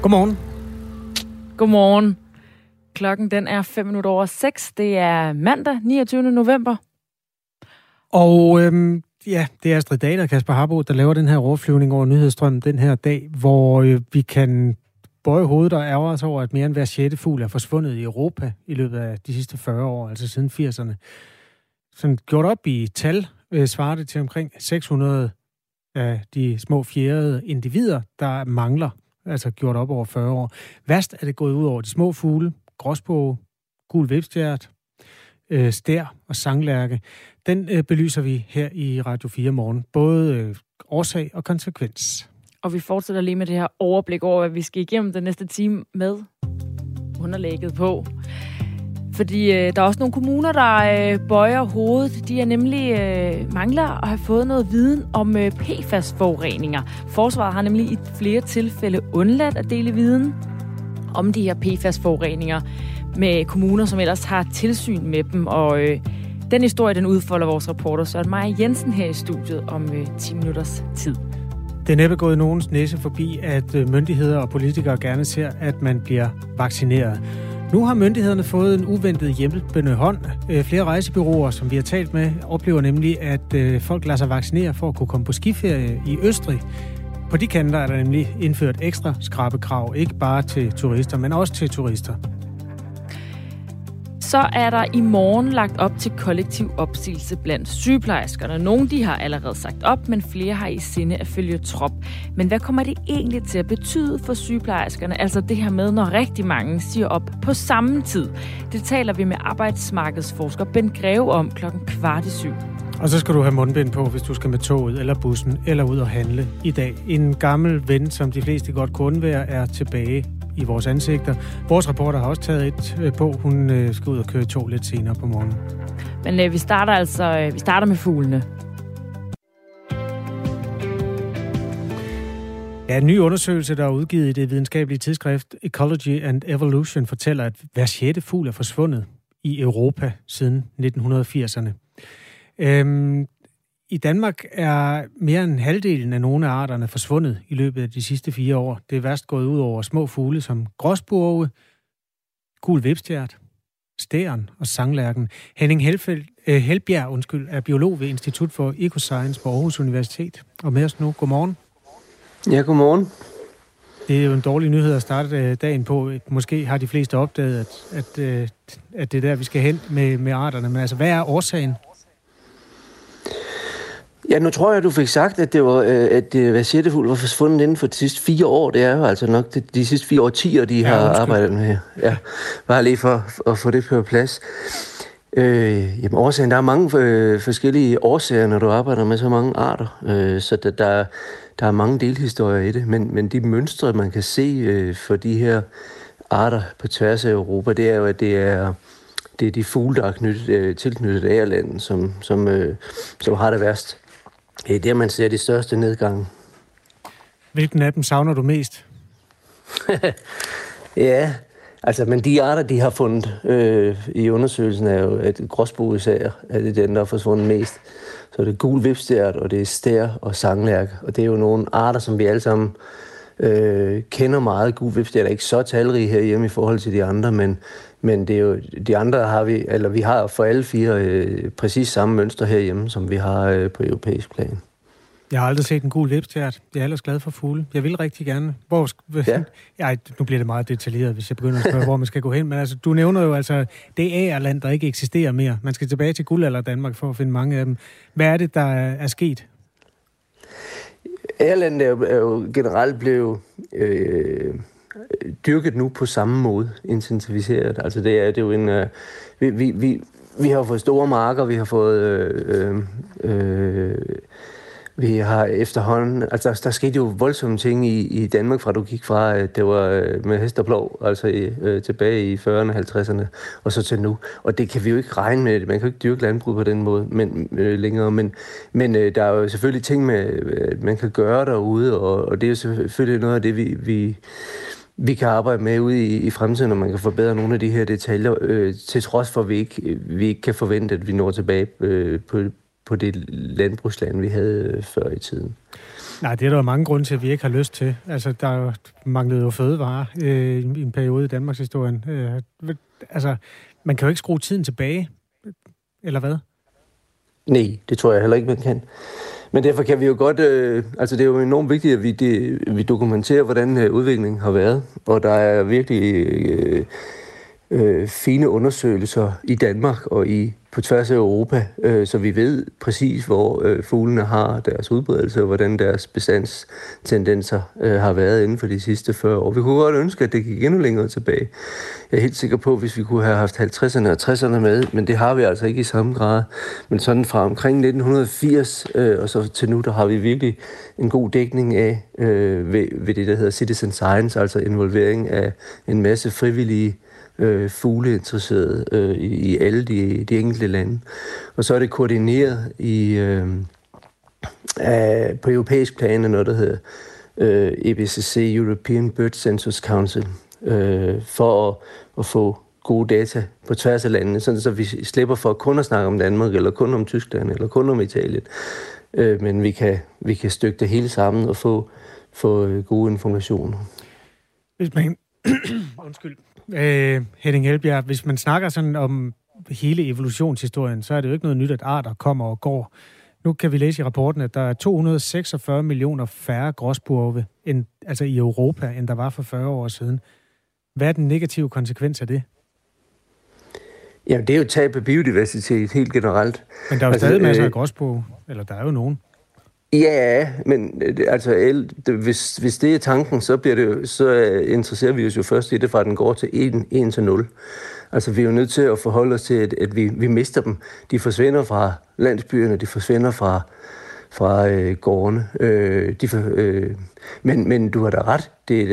Godmorgen. Godmorgen. Klokken den er 5:05. Det er mandag, 29. november. Og det er Astrid Dahl og Kasper Harbo, der laver den her overflyvning over nyhedsstrømmen den her dag, hvor vi kan bøje hovedet og ærger os over, at mere end hver 6. fugl er forsvundet i Europa i løbet af de sidste 40 år, altså siden 80'erne. Sådan gjort op i tal svarer det til omkring 600 af de små fjerede individer, der mangler, altså gjort op over 40 år. Værst er det gået ud over de små fugle, gråspurve, gul vipstjert, stær og sanglærke. Den belyser vi her i Radio 4 morgen. Både årsag og konsekvens. Og vi fortsætter lige med det her overblik over, hvad vi skal igennem den næste time med underlægget på. Fordi der er også nogle kommuner, der bøjer hovedet. De er nemlig mangler at have fået noget viden om PFAS-forureninger. Forsvaret har nemlig i flere tilfælde undladt at dele viden om de her PFAS-forureninger med kommuner, som ellers har tilsyn med dem. Og den historie, den udfolder vores reporter Søren Maja Jensen her i studiet om 10 minutters tid. Det er næppe gået nogens næse forbi, at myndigheder og politikere gerne ser, at man bliver vaccineret. Nu har myndighederne fået en uventet hjælpende hånd. Flere rejsebureauer, som vi har talt med, oplever nemlig, at folk lader sig vaccinere for at kunne komme på skiferie i Østrig. På de kanter er der nemlig indført ekstra skrappe krav, ikke bare til turister, men også til turister. Så er der i morgen lagt op til kollektiv opsigelse blandt sygeplejerskerne. Nogle de har allerede sagt op, men flere har i sinde at følge trop. Men hvad kommer det egentlig til at betyde for sygeplejerskerne? Altså det her med, når rigtig mange siger op på samme tid. Det taler vi med arbejdsmarkedsforsker Bent Greve om 6:15. Og så skal du have mundbind på, hvis du skal med toget eller bussen eller ud og handle i dag. En gammel ven, som de fleste godt kunne være, er tilbage i vores ansigter. Vores reporter har også taget et på. Hun skal ud og køre tog lidt senere på morgenen. Men vi starter med fuglene. Ja, en ny undersøgelse, der er udgivet i det videnskabelige tidsskrift Ecology and Evolution, fortæller, at hver 6. fugl er forsvundet i Europa siden 1980'erne. I Danmark er mere end halvdelen af nogle af arterne forsvundet i løbet af de sidste 4 år. Det er værst gået ud over små fugle som gråspurve, gul vipstjert, stæren og sanglærken. Henning Helbjerg er biolog ved Institut for Ecoscience på Aarhus Universitet. Og med os nu, godmorgen. Ja, godmorgen. Det er jo en dårlig nyhed at starte dagen på. Måske har de fleste opdaget, at det er der, vi skal hen med arterne. Men altså, hvad er årsagen? Ja, nu tror jeg, du fik sagt, at det var, at hver 6. fugl var forsvundet inden for de sidste 4 år. Det er jo altså nok de sidste 4 årtier, de har arbejdet med her. Ja, bare lige for at få det på plads. Jamen, årsagen, der er mange forskellige årsager, når du arbejder med så mange arter. Så der er mange delhistorier i det. Men de mønstre, man kan se for de her arter på tværs af Europa, det er jo, at det er de fugle, der er tilknyttet agerlanden, som har det værst. Det er der, man ser de største nedgange. Hvilken af dem savner du mest? Ja, altså, men de arter, de har fundet i undersøgelsen, er jo, at gråspurvesager er det den, der har forsvundet mest. Så det er gul vipstjert, og det er stær og sanglærke. Og det er jo nogle arter, som vi alle sammen kender meget. Gul vipstjert er ikke så talrige herhjemme i forhold til de andre, men det er jo, de andre har vi har for alle 4 præcis samme mønster herhjemme, som vi har på europæisk plan. Jeg har aldrig set en gul vipstjert. Jeg er ellers glad for fugle. Jeg vil rigtig gerne. Ja. Nu bliver det meget detaljeret, hvis jeg begynder at spørge, hvor man skal gå hen. Men altså, du nævner jo altså, det agerland, der ikke eksisterer mere. Man skal tilbage til guldalder Danmark for at finde mange af dem. Hvad er det, der er sket? Agerlandet er jo generelt blevet dyrket nu på samme måde, intensificeret. Altså det er jo en... Vi har fået store marker, vi har fået... Vi har efterhånden... Altså der skete jo voldsomme ting i Danmark, fra du gik fra, at det var med hest og plov, altså tilbage i 40'erne og 50'erne, og så til nu. Og det kan vi jo ikke regne med. Man kan jo ikke dyrke landbrug på den måde længere. Men der er jo selvfølgelig ting, man kan gøre derude, og det er jo selvfølgelig noget af det, vi kan arbejde med ude i fremtiden, og man kan forbedre nogle af de her detaljer, til trods for, at vi ikke kan forvente, at vi når tilbage på det landbrugsland, vi havde før i tiden. Nej, det er der mange grunde til, at vi ikke har lyst til. Altså, der manglede jo fødevarer i en periode i Danmarks historien. Altså, man kan jo ikke skrue tiden tilbage, eller hvad? Nej, det tror jeg heller ikke, man kan. Men derfor kan vi jo godt... altså, det er jo enormt vigtigt, at vi dokumenterer, hvordan udviklingen har været. Og der er virkelig fine undersøgelser i Danmark og på tværs af Europa, så vi ved præcis, hvor fuglene har deres udbredelse, og hvordan deres bestandstendenser har været inden for de sidste 40 år. Vi kunne godt ønske, at det gik endnu længere tilbage. Jeg er helt sikker på, hvis vi kunne have haft 50'erne og 60'erne med, men det har vi altså ikke i samme grad. Men sådan fra omkring 1980 og så til nu, der har vi virkelig en god dækning af ved det, der hedder citizen science, altså involvering af en masse frivillige fugleinteresserede i alle de enkelte lande. Og så er det koordineret på europæisk plan af noget, der hedder EBCC, European Bird Census Council, for at få gode data på tværs af landene, sådan så vi slipper for kun at snakke om Danmark, eller kun om Tyskland, eller kun om Italien. Men vi kan stykke det hele sammen og få gode informationer. Hvis man... Undskyld. Henning Helbjerg, hvis man snakker sådan om hele evolutionshistorien, så er det jo ikke noget nyt, at arter kommer og går. Nu kan vi læse i rapporten, at der er 246 millioner færre gråspurve altså i Europa, end der var for 40 år siden. Hvad er den negative konsekvens af det? Jamen, det er jo tab af biodiversitet helt generelt. Men der er jo stadig masser af gråspurve, eller der er jo nogen. Ja, men altså, hvis det er tanken, så interesserer vi os jo først i det, fra den går til 1 til 0. Altså, vi er jo nødt til at forholde os til, at vi mister dem. De forsvinder fra landsbyerne, de forsvinder fra gårdene. Men du har da ret.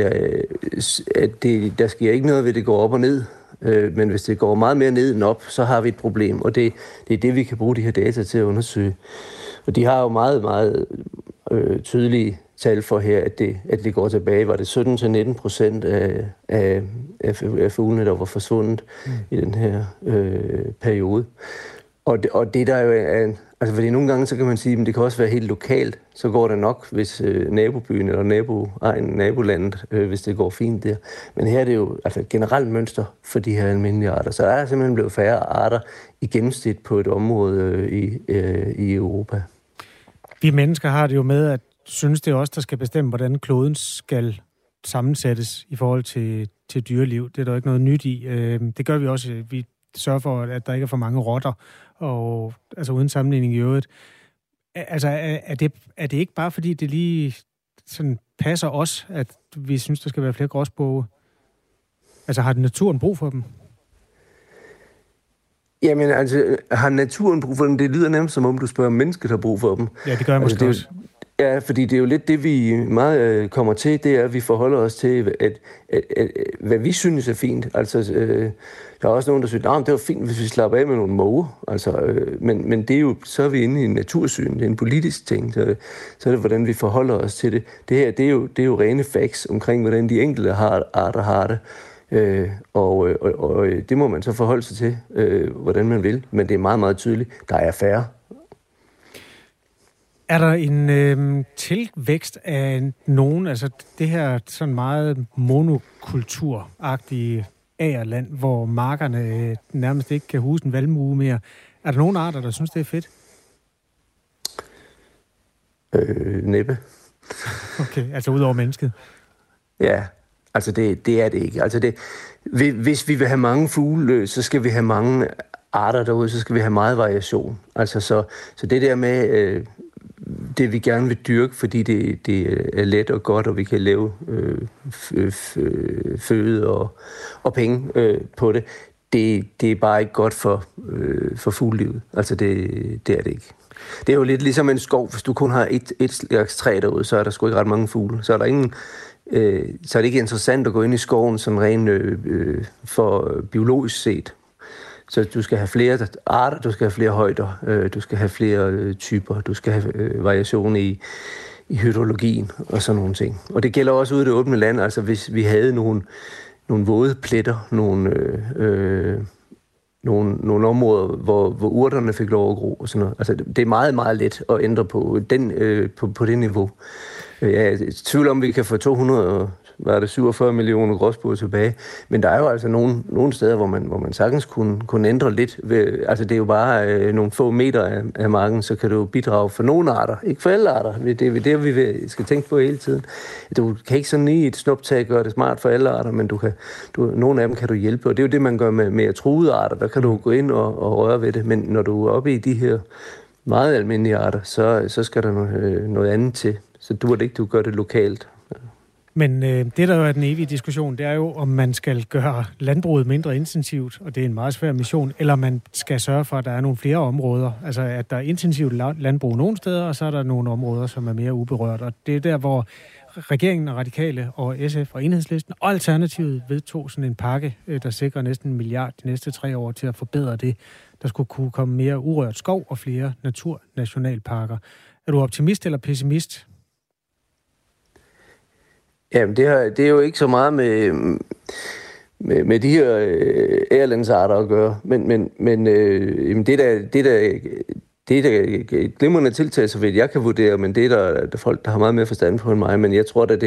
Der sker ikke noget ved, at det går op og ned. Men hvis det går meget mere ned end op, så har vi et problem. Og det er det, vi kan bruge de her data til at undersøge. Og de har jo meget, meget tydelige tal for her, at det går tilbage. Var det 17-19% af fuglene, der var forsvundet i den her periode. Og det der jo er... Altså, fordi nogle gange, så kan man sige, at det kan også være helt lokalt. Så går det nok, hvis nabobyen eller nabolandet, hvis det går fint der. Men her er det jo altså et generelt mønster for de her almindelige arter. Så der er simpelthen blevet færre arter i gennemsnit på et område i Europa. Vi mennesker har det jo med, at synes det er os, der skal bestemme, hvordan kloden skal sammensættes i forhold til dyreliv. Det er der ikke noget nyt i. Det gør vi også. Vi sørger for, at der ikke er for mange rotter, og altså uden sammenligning i øvrigt. Altså, er det ikke bare fordi, det lige sådan passer os, at vi synes, der skal være flere gråspurve? Altså, har naturen brug for dem? Jamen, altså, har naturen brug for dem? Det lyder nemt, som om du spørger, om mennesket har brug for dem. Ja, det gør jeg måske også. Ja, fordi det er jo lidt det, vi meget kommer til, det er, at vi forholder os til, at hvad vi synes er fint. Altså, der er også nogen, der synes, at det var fint, hvis vi slapper af med nogle måger. Altså, men det er jo, så er vi inde i en natursyn, det er en politisk ting, så er det, hvordan vi forholder os til det. Det her, det er jo rene facts omkring, hvordan de enkelte arter har det. Og det må man så forholde sig til, hvordan man vil. Men det er meget, meget tydeligt, der er færre. Er der en tilvækst af nogen, altså det her sådan meget monokulturagtige agerland, hvor markerne nærmest ikke kan huse en valmue mere? Er der nogen arter, der synes, det er fedt? Næppe. Okay, altså ud over mennesket? Ja, altså det er det ikke. Altså hvis vi vil have mange fugle, så skal vi have mange arter derude, så skal vi have meget variation. Altså så det der med... det vi gerne vil dyrke, fordi det er let og godt, og vi kan lave føde og penge på det. Det er bare ikke godt for fuglelivet. Altså det er det ikke. Det er jo lidt ligesom en skov. Hvis du kun har et slags træ derude, så er der sgu ikke ret mange fugle. Så er der ingen... så er det ikke interessant at gå ind i skoven sådan rent for biologisk set. Så du skal have flere arter, du skal have flere højder, du skal have flere typer, du skal have variation i hydrologien og sådan nogle ting. Og det gælder også ude i det åbne land, altså hvis vi havde nogle våde pletter, nogle områder, hvor urterne fik lov at gro og sådan noget. Altså, det er meget, meget let at ændre på det niveau. Jeg er i tvivl om, vi kan få 247 millioner gråspurve tilbage, men der er jo altså nogle steder, hvor man sagtens kunne ændre lidt. Altså, det er jo bare nogle få meter af marken, så kan du bidrage for nogle arter, ikke for alle arter. Det er det, vi skal tænke på hele tiden. Du kan ikke sådan i et snuptag gøre det smart for alle arter, men nogle af dem kan du hjælpe, og det er jo det, man gør med truede arter. Der kan du gå ind og røre ved det, men når du er oppe i de her meget almindelige arter, så skal der noget andet til. Så du gør det lokalt. Men det, der jo er den evige diskussion, det er jo, om man skal gøre landbruget mindre intensivt, og det er en meget svær mission, eller man skal sørge for, at der er nogle flere områder. Altså, at der er intensivt landbrug nogle steder, og så er der nogle områder, som er mere uberørt. Og det er der, hvor regeringen og Radikale og SF og Enhedslisten og Alternativet vedtog sådan en pakke, der sikrer næsten 1 milliard de næste 3 år til at forbedre det. Der skulle kunne komme mere urørt skov og flere naturnationalparker. Er du optimist eller pessimist? Jamen, det er jo ikke så meget med de her ærlandsarter at gøre, men det er et glimrende tiltag, så vidt jeg kan vurdere, men det er der folk, der har meget mere forstand på end mig, men jeg tror, at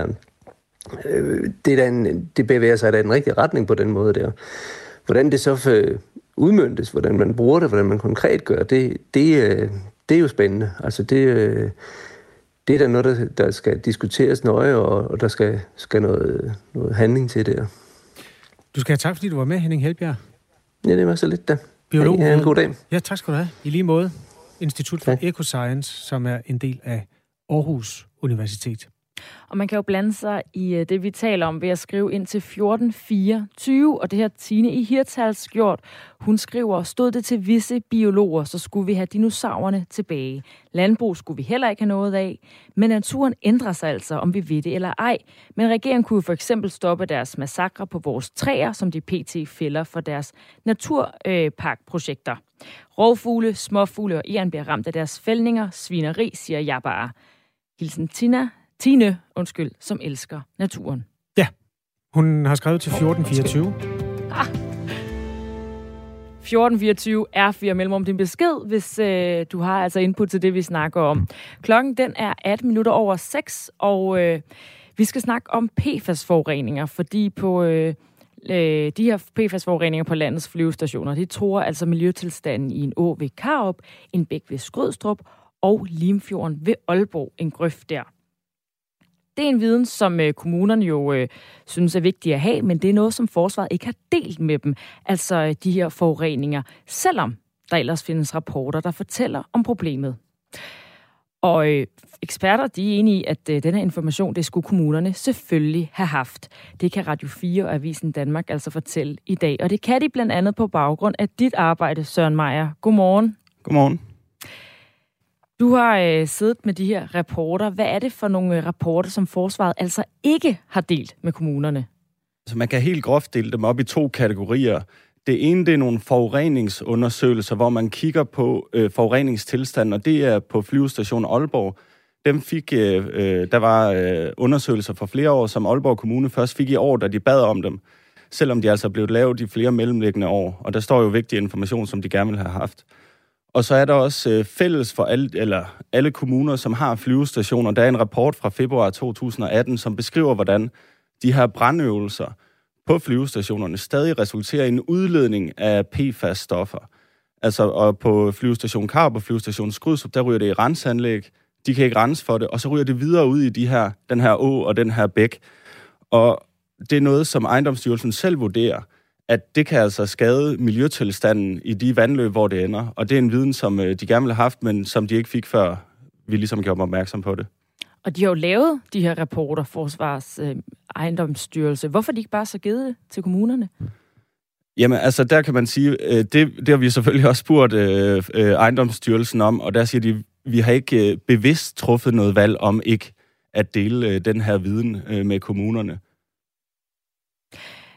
det bevæger sig i den rigtige retning på den måde der. Hvordan det så udmøntes, hvordan man bruger det, hvordan man konkret gør, det er jo spændende. Altså det er da noget, der skal diskuteres nøje, og der skal noget handling til der. Du skal have tak, fordi du var med, Henning Helbjerg. Ja, det var så lidt da. Biolog. Ja, en god dag. Ja, tak skal du have. I lige måde. Institut for Ecoscience, som er en del af Aarhus Universitet. Og man kan jo blande sig i det, vi taler om ved at skrive ind til 1424, og det har Tine i Hirtshals gjort. Hun skriver, stod det til visse biologer, så skulle vi have dinosaurerne tilbage. Landbrug skulle vi heller ikke have noget af, men naturen ændrer sig altså, om vi ved det eller ej. Men regeringen kunne for eksempel stoppe deres massakre på vores træer, som de pt. Fælder for deres naturparkprojekter. Rovfugle, småfugle og egern bliver ramt af deres fældninger. Svineri, siger jeg bare. Hilsen Tine, som elsker naturen. Ja, hun har skrevet til 1424. 1424 R4 mellemrum din besked, hvis du har altså input til det, vi snakker om. Klokken den er 18 minutter over 6, og vi skal snakke om PFAS-forureninger, fordi på de her PFAS-forureninger på landets flyvestationer, de truer altså miljøtilstanden i en å ved Karup, en bæk ved Skrydstrup og Limfjorden ved Aalborg, en grøft der. Det er en viden, som kommunerne jo synes er vigtig at have, men det er noget, som forsvaret ikke har delt med dem. Altså de her forureninger, selvom der ellers findes rapporter, der fortæller om problemet. Og eksperter, de er enige i, at den her information, det skulle kommunerne selvfølgelig have haft. Det kan Radio 4 og Avisen Danmark altså fortælle i dag. Og det kan de blandt andet på baggrund af dit arbejde, Søren Meyer. Godmorgen. Godmorgen. Du har siddet med de her rapporter. Hvad er det for nogle rapporter, som forsvaret altså ikke har delt med kommunerne? Altså man kan helt groft dele dem op i 2 kategorier. Det ene, det er nogle forureningsundersøgelser, hvor man kigger på forureningstilstanden, og det er på flyvestation Aalborg. Der var undersøgelser for flere år, som Aalborg Kommune først fik i år, da de bad om dem, selvom de altså blev lavet i flere mellemliggende år. Og der står jo vigtig information, som de gerne vil have haft. Og så er der også fælles for alle kommuner, som har flyvestationer. Der er en rapport fra februar 2018, som beskriver, hvordan de her brandøvelser på flyvestationerne stadig resulterer i en udledning af PFAS-stoffer. Altså, og på flyvestation Karup og flyvestation Skrydstrup, der ryger det i renseanlæg. De kan ikke rense for det, og så ryger det videre ud i den her å og den her bæk. Og det er noget, som Ejendomsstyrelsen selv vurderer, at det kan altså skade miljøtilstanden i de vandløb, hvor det ender. Og det er en viden, som de gerne ville have haft, men som de ikke fik, før vi ligesom gjorde opmærksom på det. Og de har jo lavet de her rapporter, Forsvars Ejendomsstyrelse. Hvorfor de ikke bare så givet det til kommunerne? Jamen, altså der kan man sige, det har vi selvfølgelig også spurgt Ejendomsstyrelsen om, og der siger de, vi har ikke bevidst truffet noget valg om ikke at dele den her viden med kommunerne.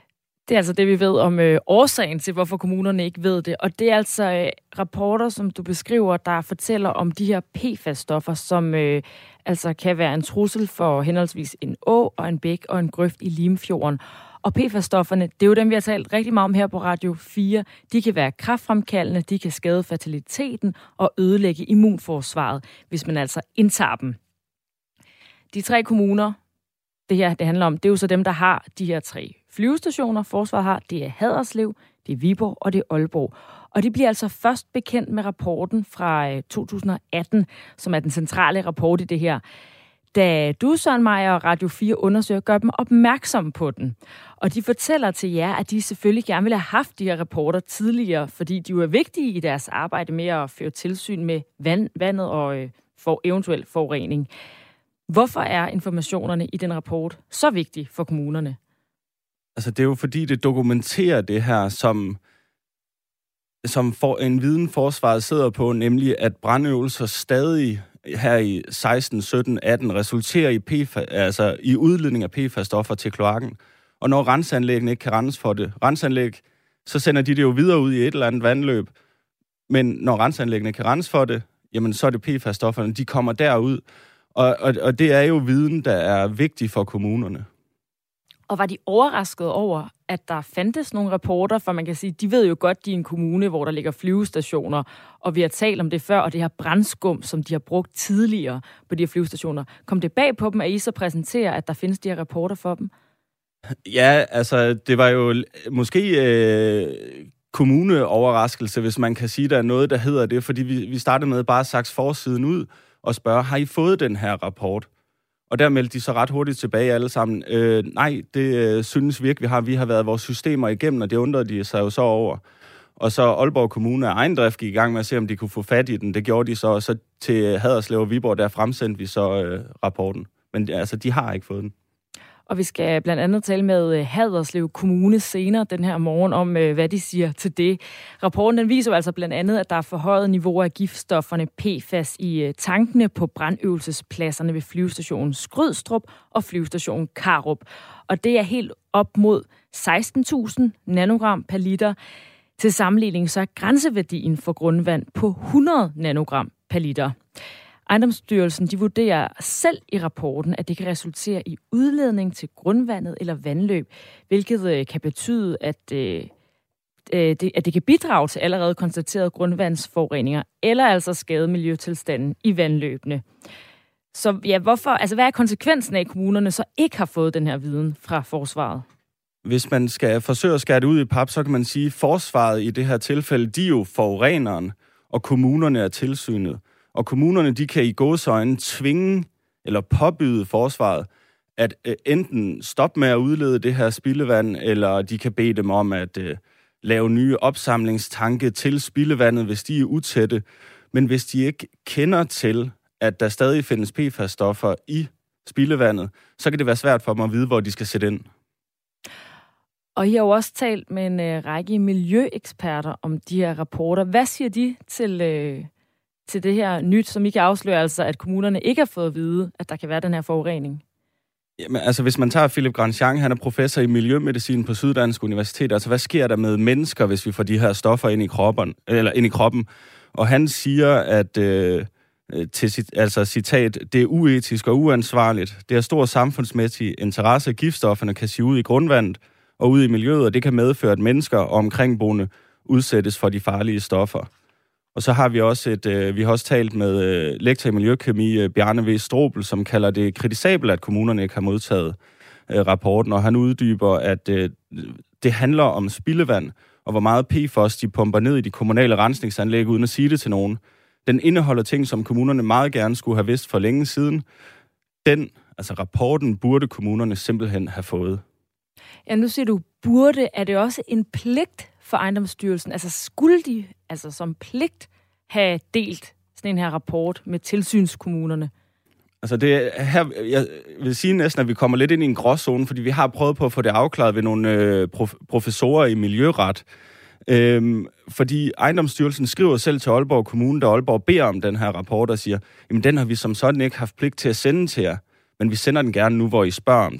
Det er altså det, vi ved om årsagen til, hvorfor kommunerne ikke ved det. Og det er altså rapporter, som du beskriver, der fortæller om de her PFAS-stoffer, som altså kan være en trussel for henholdsvis en å og en bæk og en grøft i Limfjorden. Og PFAS-stofferne, det er jo dem, vi har talt rigtig meget om her på Radio 4. De kan være kræftfremkaldende, de kan skade fertiliteten og ødelægge immunforsvaret, hvis man altså indtager dem. De 3 kommuner, det handler om, det er jo så dem, der har de her 3 flyvestationer, forsvaret har. Det er Haderslev, det er Viborg og det er Aalborg. Og de bliver altså først bekendt med rapporten fra 2018, som er den centrale rapport i det her. Da du, Søren Meyer og Radio 4 undersøger, gør dem opmærksom på den. Og de fortæller til jer, at de selvfølgelig gerne ville have haft de her rapporter tidligere, fordi de jo er vigtige i deres arbejde med at føre tilsyn med vandet og for eventuel forurening. Hvorfor er informationerne i den rapport så vigtige for kommunerne? Altså, det er jo fordi, det dokumenterer det her, som for en viden forsvaret sidder på, nemlig at brandøvelser stadig her i 16, 17, 18 resulterer i udledning af PFAS-stoffer til kloakken. Og når renseanlæggene ikke kan rense for det, så sender de det jo videre ud i et eller andet vandløb. Men når renseanlæggene kan rense for det, jamen så er det PFAS-stofferne, de kommer derud. Og det er jo viden, der er vigtig for kommunerne. Og var de overrasket over, at der fandtes nogle rapporter, for man kan sige, de ved jo godt, de er en kommune, hvor der ligger flyvestationer, og vi har talt om det før, og det her brandskum, som de har brugt tidligere på de her flyvestationer. Kom det bag på dem, at I så præsenterer, at der findes de her rapporter for dem? Ja, altså, det var jo måske kommuneoverraskelse, hvis man kan sige, der er noget, der hedder det, fordi vi startede med bare at saks forsiden ud og spørge, har I fået den her rapport? Og der meldte de så ret hurtigt tilbage alle sammen. Nej, det synes vi ikke, vi har. Vi har været vores systemer igennem, og det undrede de sig jo så over. Og så Aalborg Kommune af egen drift gik i gang med at se, om de kunne få fat i den. Det gjorde de så, og så til Haderslev og Viborg, der fremsendte vi så rapporten. Men altså, de har ikke fået den. Og vi skal blandt andet tale med Haderslev Kommune senere den her morgen om, hvad de siger til det. Rapporten den viser jo altså blandt andet, at der er forhøjet niveauer af giftstofferne PFAS i tankene på brandøvelsespladserne ved flyvestationen Skrydstrup og flyvestationen Karup. Og det er helt op mod 16.000 nanogram per liter. Til sammenligning så er grænseværdien for grundvand på 100 nanogram per liter. Ejendomsstyrelsen de vurderer selv i rapporten, at det kan resultere i udledning til grundvandet eller vandløb, hvilket kan betyde, at det kan bidrage til allerede konstaterede grundvandsforureninger, eller altså skade miljøtilstanden i vandløbene. Så ja, hvad er konsekvensen af, at kommunerne så ikke har fået den her viden fra forsvaret? Hvis man skal forsøge at skære det ud i pap, så kan man sige, at forsvaret i det her tilfælde, de er jo forureneren, og kommunerne er tilsynet. Og kommunerne, de kan i gåseøjne tvinge eller påbyde forsvaret at enten stoppe med at udlede det her spildevand, eller de kan bede dem om at lave nye opsamlingstanke til spildevandet, hvis de er utætte. Men hvis de ikke kender til, at der stadig findes PFAS-stoffer i spildevandet, så kan det være svært for dem at vide, hvor de skal sætte ind. Og I har jo også talt med en række miljøeksperter om de her rapporter. Hvad siger de til det her nyt, som I kan afsløre, altså at kommunerne ikke har fået at vide, at der kan være den her forurening? Jamen, altså hvis man tager Philip Grandjean, han er professor i miljømedicin på Syddansk Universitet. Altså hvad sker der med mennesker, hvis vi får de her stoffer ind i kroppen? Og han siger, at citat, det er uetisk og uansvarligt. Det er stor samfundsmæssig interesse, giftstofferne kan sive ud i grundvandet og ud i miljøet, og det kan medføre, at mennesker og omkringboende udsættes for de farlige stoffer. Og så har vi også vi har også talt med lektor i miljøkemi Bjarne V. Strobel, som kalder det kritisabelt, at kommunerne ikke har modtaget rapporten, og han uddyber, at det handler om spildevand, og hvor meget PFOS de pumper ned i de kommunale rensningsanlæg, uden at sige det til nogen. Den indeholder ting, som kommunerne meget gerne skulle have vidst for længe siden. Rapporten burde kommunerne simpelthen have fået. Ja, nu siger du burde. Er det også en pligt for Ejendomsstyrelsen? Altså skulle de som pligt have delt sådan en her rapport med tilsynskommunerne? Altså det her, jeg vil sige næsten, at vi kommer lidt ind i en gråzone, fordi vi har prøvet på at få det afklaret ved nogle professorer i miljøret. Fordi Ejendomsstyrelsen skriver selv til Aalborg Kommune, da Aalborg beder om den her rapport og siger, jamen den har vi som sådan ikke haft pligt til at sende til jer, men vi sender den gerne nu, hvor I spørger om den.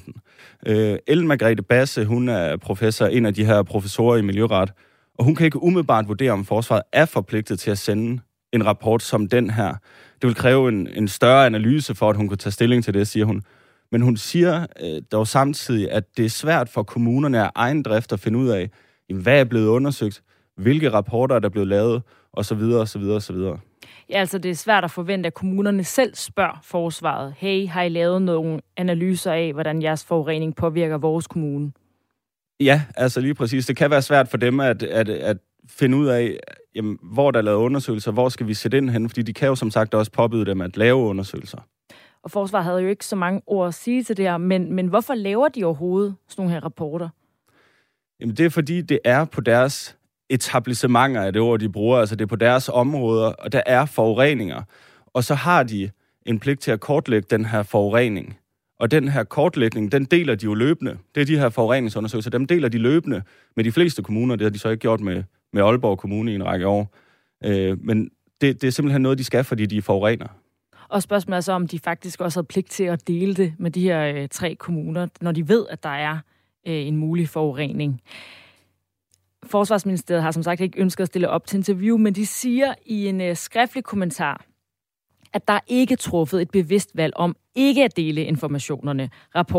Ellen Margrethe Basse, hun er en af de her professorer i miljøret, og hun kan ikke umiddelbart vurdere, om forsvaret er forpligtet til at sende en rapport som den her. Det vil kræve en større analyse for, at hun kan tage stilling til det, siger hun. Men hun siger dog samtidig, at det er svært for kommunerne af egen drift at finde ud af, hvad er blevet undersøgt, hvilke rapporter er der blevet lavet, osv. osv. osv. Ja, altså det er svært at forvente, at kommunerne selv spørger forsvaret. Hey, har I lavet nogle analyser af, hvordan jeres forurening påvirker vores kommune? Ja, altså lige præcis. Det kan være svært for dem at finde ud af, jamen, hvor der er lavet undersøgelser, hvor skal vi sætte ind hen, fordi de kan jo som sagt også påbyde dem at lave undersøgelser. Og forsvaret havde jo ikke så mange ord at sige til det her, men hvorfor laver de overhovedet sådan nogle her rapporter? Jamen det er fordi, det er på deres etablissementer, er det ord, de bruger, altså det er på deres områder, og der er forureninger. Og så har de en pligt til at kortlægge den her forurening. Og den her kortlægning, den deler de jo løbende. Det er de her forureningsundersøgelser, dem deler de løbende med de fleste kommuner. Det har de så ikke gjort med Aalborg Kommune i en række år. Men det er simpelthen noget, de skal, fordi de forurener. Og spørgsmålet er så, om de faktisk også har pligt til at dele det med de her 3 kommuner, når de ved, at der er en mulig forurening. Forsvarsministeriet har som sagt ikke ønsket at stille op til interview, men de siger i en skriftlig kommentar, at der ikke er truffet et bevidst valg om ikke at dele informationerne.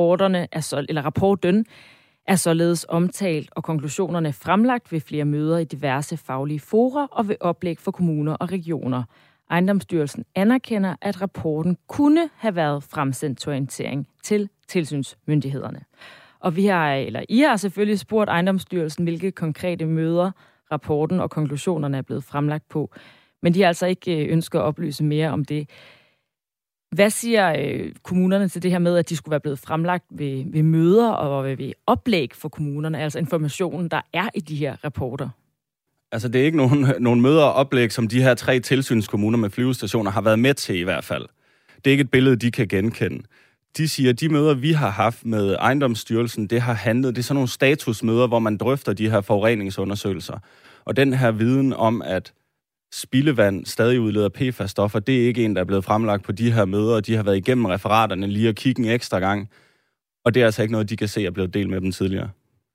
Rapporten er således omtalt, og konklusionerne fremlagt ved flere møder i diverse faglige fora og ved oplæg for kommuner og regioner. Ejendomsstyrelsen anerkender, at rapporten kunne have været fremsendt til orientering til tilsynsmyndighederne. Og I har selvfølgelig spurgt Ejendomsstyrelsen, hvilke konkrete møder rapporten og konklusionerne er blevet fremlagt på. Men de har altså ikke ønsket at oplyse mere om det. Hvad siger kommunerne til det her med, at de skulle være blevet fremlagt ved møder og ved oplæg for kommunerne, altså informationen, der er i de her rapporter? Altså det er ikke nogen møder og oplæg, som de her 3 tilsynskommuner med flyvestationer har været med til i hvert fald. Det er ikke et billede, de kan genkende. De siger, at de møder, vi har haft med Ejendomsstyrelsen, det er sådan nogle statusmøder, hvor man drøfter de her forureningsundersøgelser. Og den her viden om, at spildevand stadig udleder PFAS-stoffer, det er ikke en, der er blevet fremlagt på de her møder, og de har været igennem referaterne lige at kigge en ekstra gang. Og det er altså ikke noget, de kan se er blevet delt med dem tidligere.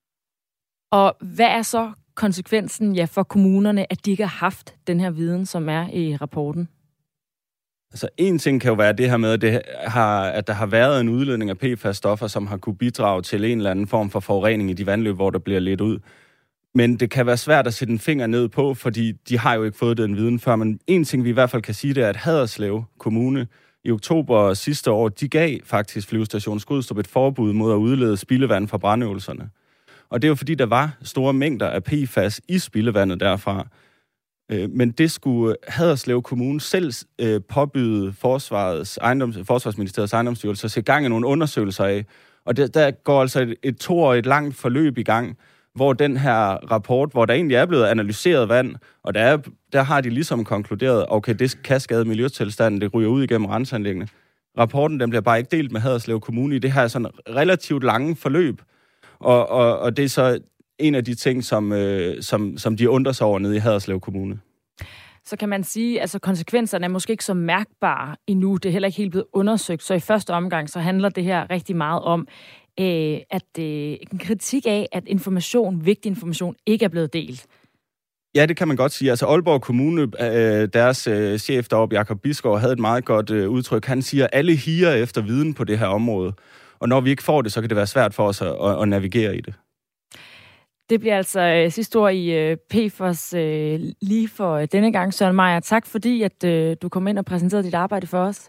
Og hvad er så konsekvensen for kommunerne, at de ikke har haft den her viden, som er i rapporten? Altså en ting kan jo være det her med, at der har været en udledning af PFAS-stoffer, som har kunne bidrage til en eller anden form for forurening i de vandløb, hvor der bliver ledt ud. Men det kan være svært at sætte en finger ned på, fordi de har jo ikke fået den viden før. Men en ting, vi i hvert fald kan sige, det er, at Haderslev Kommune i oktober sidste år, de gav faktisk Flyvestation Skrydstrup et forbud mod at udlede spildevand fra brandøvelserne. Og det er jo fordi, der var store mængder af PFAS i spildevandet derfra. Men det skulle Haderslev Kommune selv påbyde Forsvarsministeriets ejendomsstyrelse at se gang i nogle undersøgelser af. Og der går altså et 2-årigt langt forløb i gang, hvor den her rapport, hvor der egentlig er blevet analyseret vand, og der har de ligesom konkluderet, okay, det kan skade miljøtilstanden, det ryger ud igennem renseanlæggene. Rapporten, den bliver bare ikke delt med Haderslev Kommune i det her sådan relativt lange forløb. Og det er så en af de ting, som de undrer sig over nede i Haderslev Kommune. Så kan man sige, altså konsekvenserne er måske ikke så mærkbare endnu. Det er heller ikke helt blevet undersøgt. Så i første omgang, så handler det her rigtig meget om, en kritik af, at vigtig information, ikke er blevet delt. Ja, det kan man godt sige. Altså Aalborg Kommune, deres chef deroppe, Jakob Bisgaard, havde et meget godt udtryk. Han siger, at alle higer efter viden på det her område. Og når vi ikke får det, så kan det være svært for os at navigere i det. Det bliver altså sidste ord i PFOS lige for denne gang. Søren Meyer, tak fordi at du kom ind og præsenterede dit arbejde for os.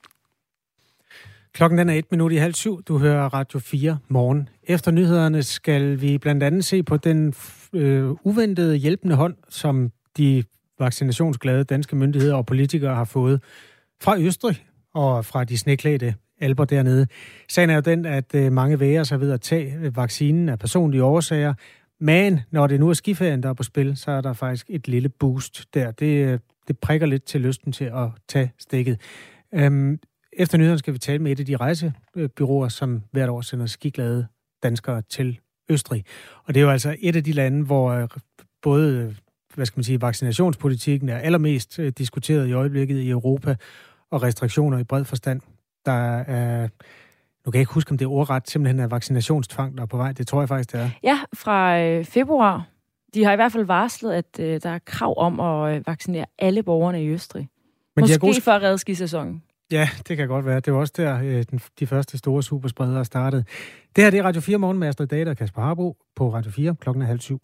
Klokken den er 7:01. Du hører Radio 4 morgen. Efter nyhederne skal vi blandt andet se på den uventede hjælpende hånd, som de vaccinationsglade danske myndigheder og politikere har fået fra Østrig og fra de sneklædte alper dernede. Sagen er jo den, at mange vægrer sig ved at tage vaccinen af personlige årsager, men når det nu er skiferien, der er på spil, så er der faktisk et lille boost der. Det prikker lidt til lysten til at tage stikket. Efter nyhederne skal vi tale med et af de rejsebyråer, som hvert år sender skiglade danskere til Østrig. Og det er jo altså et af de lande, hvor både vaccinationspolitikken er allermest diskuteret i øjeblikket i Europa, og restriktioner i bred forstand. Der er Nu kan jeg ikke huske, om det er ordret simpelthen er vaccinationstvang, der er på vej. Det tror jeg faktisk, det er. Ja, fra februar. De har i hvert fald varslet, at der er krav om at vaccinere alle borgerne i Østrig. Men måske for at redde skisæsonen. Ja, det kan godt være. Det var også der, de første store superspredere startede. Det her det er Radio 4 Morgen med Astrid Date og Kasper Harbo på Radio 4 7:30.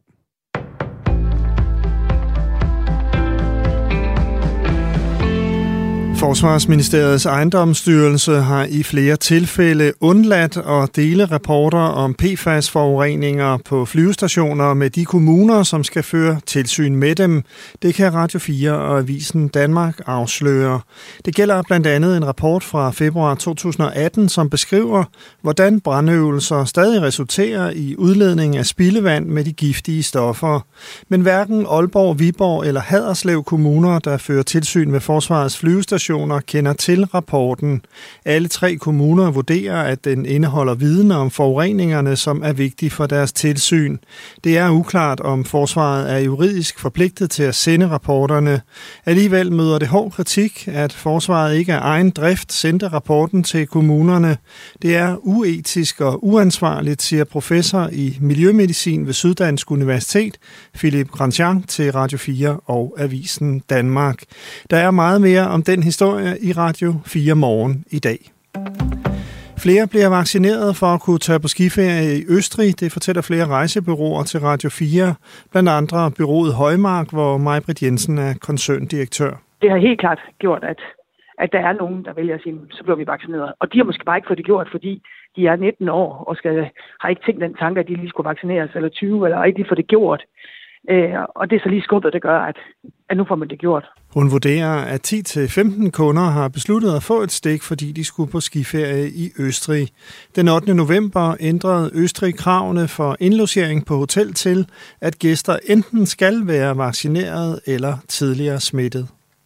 Forsvarsministeriets ejendomsstyrelse har i flere tilfælde undladt at dele rapporter om PFAS-forureninger på flyvestationer med de kommuner, som skal føre tilsyn med dem. Det kan Radio 4 og Avisen Danmark afsløre. Det gælder blandt andet en rapport fra februar 2018, som beskriver, hvordan brandøvelser stadig resulterer i udledning af spildevand med de giftige stoffer. Men hverken Aalborg, Viborg eller Haderslev kommuner, der fører tilsyn med Forsvarets flyvestationer, kender til rapporten. Alle 3 kommuner vurderer, at den indeholder viden om forureningerne, som er vigtige for deres tilsyn. Det er uklart, om forsvaret er juridisk forpligtet til at sende rapporterne. Alligevel møder det hård kritik, at forsvaret ikke af egen drift sendte rapporten til kommunerne. Det er uetisk og uansvarligt, siger professor i miljømedicin ved Syddansk Universitet, Philip Grandjean, til Radio 4 og Avisen Danmark. Der er meget mere om den historie i Radio 4 Morgen i dag. Flere bliver vaccineret for at kunne tage på skiferie i Østrig. Det fortæller flere rejsebureauer til Radio 4. Blandt andre bureauet Højmark, hvor Maj-Britt Jensen er koncerndirektør. Det har helt klart gjort, at der er nogen, der vælger at sige, så bliver vi vaccineret. Og de har måske bare ikke fået det gjort, fordi de er 19 år og har ikke tænkt den tanke, at de lige skulle vaccineres, eller 20, eller ikke lige få det gjort. Og det er så lige skubbet, det gør, at nu får man det gjort. Hun vurderer, at 10-15 kunder har besluttet at få et stik, fordi de skulle på skiferie i Østrig. Den 8. november ændrede Østrig kravene for indlogering på hotel til, at gæster enten skal være vaccineret eller tidligere smittet.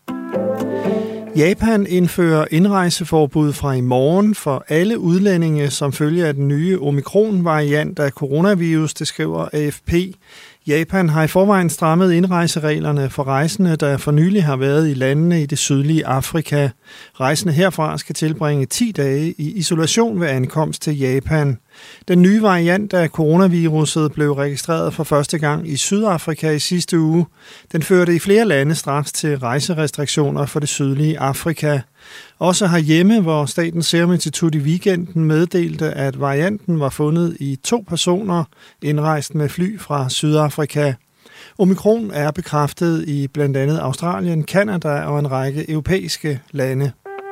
Japan indfører indrejseforbud fra i morgen for alle udlændinge, som følge af den nye omikron-variant af coronavirus, det skriver AFP. Japan har i forvejen strammet indrejsereglerne for rejsende, der for nylig har været i landene i det sydlige Afrika. Rejsende herfra skal tilbringe 10 dage i isolation ved ankomst til Japan. Den nye variant af coronaviruset blev registreret for første gang i Sydafrika i sidste uge. Den førte i flere lande straks til rejserestriktioner for det sydlige Afrika. Også herhjemme, hvor Statens Serum Institut i weekenden meddelte, at varianten var fundet i 2 personer indrejst med fly fra Sydafrika. Omikron er bekræftet i blandt andet Australien, Canada og en række europæiske lande.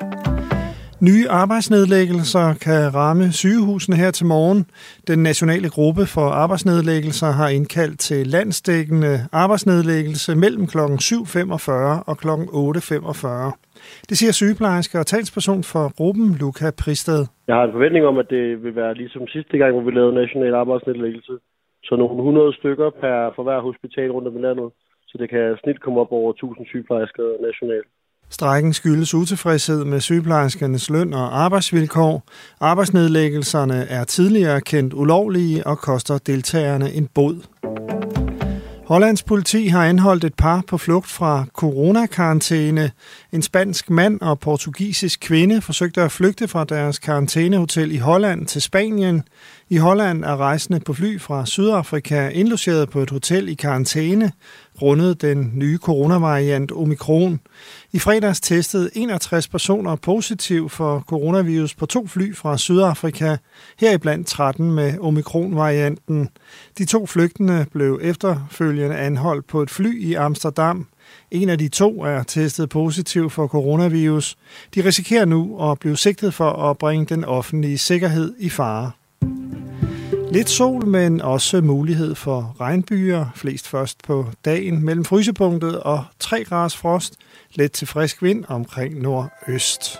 Nye arbejdsnedlæggelser kan ramme sygehusene her til morgen. Den nationale gruppe for arbejdsnedlæggelser har indkaldt til landsdækkende arbejdsnedlæggelse mellem kl. 7.45 og kl. 8.45. Det siger sygeplejerske og talsperson for gruppen, Luca Pristed. Jeg har en forventning om, at det vil være ligesom sidste gang, hvor vi lavede national arbejdsnedlæggelse. Så nogle 100 stykker for hver hospital rundt om i landet. Så det kan snit komme op over 1000 sygeplejersker nationalt. Strejken skyldes utilfredshed med sygeplejerskernes løn og arbejdsvilkår. Arbejdsnedlæggelserne er tidligere kendt ulovlige og koster deltagerne en bod. Hollands politi har anholdt et par på flugt fra coronakarantæne. En spansk mand og portugisisk kvinde forsøgte at flygte fra deres karantænehotel i Holland til Spanien. I Holland er rejsende på fly fra Sydafrika indlogeret på et hotel i karantæne, grundet den nye coronavariant Omikron. I fredags testede 61 personer positiv for coronavirus på 2 fly fra Sydafrika, heriblandt 13 med Omikron-varianten. De 2 flygtende blev efterfølgende anholdt på et fly i Amsterdam. En af de 2 er testet positiv for coronavirus. De risikerer nu at blive sigtet for at bringe den offentlige sikkerhed i fare. Lidt sol, men også mulighed for regnbyger. Flest først på dagen mellem frysepunktet og 3 graders frost. Let til frisk vind omkring nordøst.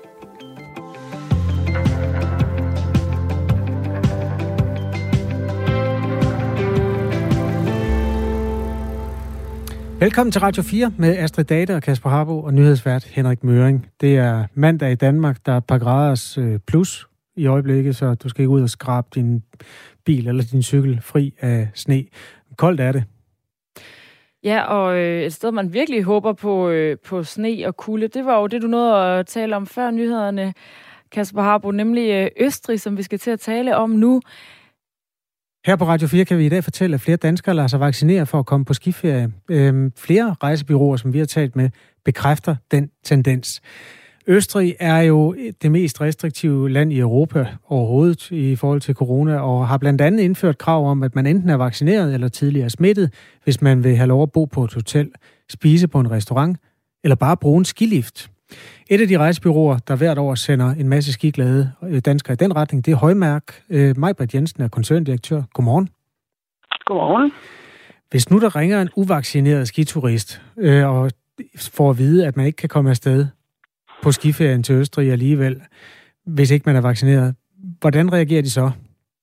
Velkommen til Radio 4 med Astrid Date og Kasper Harbo og nyhedsvært Henrik Møring. Det er mandag i Danmark, der er et par graders plus i øjeblikket, så du skal ikke ud og skrabe din bil eller din cykel fri af sne. Koldt er det. Ja, og et sted, man virkelig håber på sne og kulde, det var jo det, du nåede at tale om før nyhederne, Kasper Harbo, nemlig Østrig, som vi skal til at tale om nu. Her på Radio 4 kan vi i dag fortælle, at flere danskere lader sig vaccinere for at komme på skiferie. Flere rejsebureauer, som vi har talt med, bekræfter den tendens. Østrig er jo det mest restriktive land i Europa overhovedet i forhold til corona, og har blandt andet indført krav om, at man enten er vaccineret eller tidligere smittet, hvis man vil have lov at bo på et hotel, spise på en restaurant eller bare bruge en skilift. Et af de rejsebureauer, der hvert år sender en masse skiglade danskere i den retning, det er Højmark. Maj-Britt Jensen er koncerndirektør. Godmorgen. Godmorgen. Hvis nu der ringer en uvaccineret skiturist og får at vide, at man ikke kan komme afsted på skiferien til Østrig alligevel, hvis ikke man er vaccineret, hvordan reagerer de så?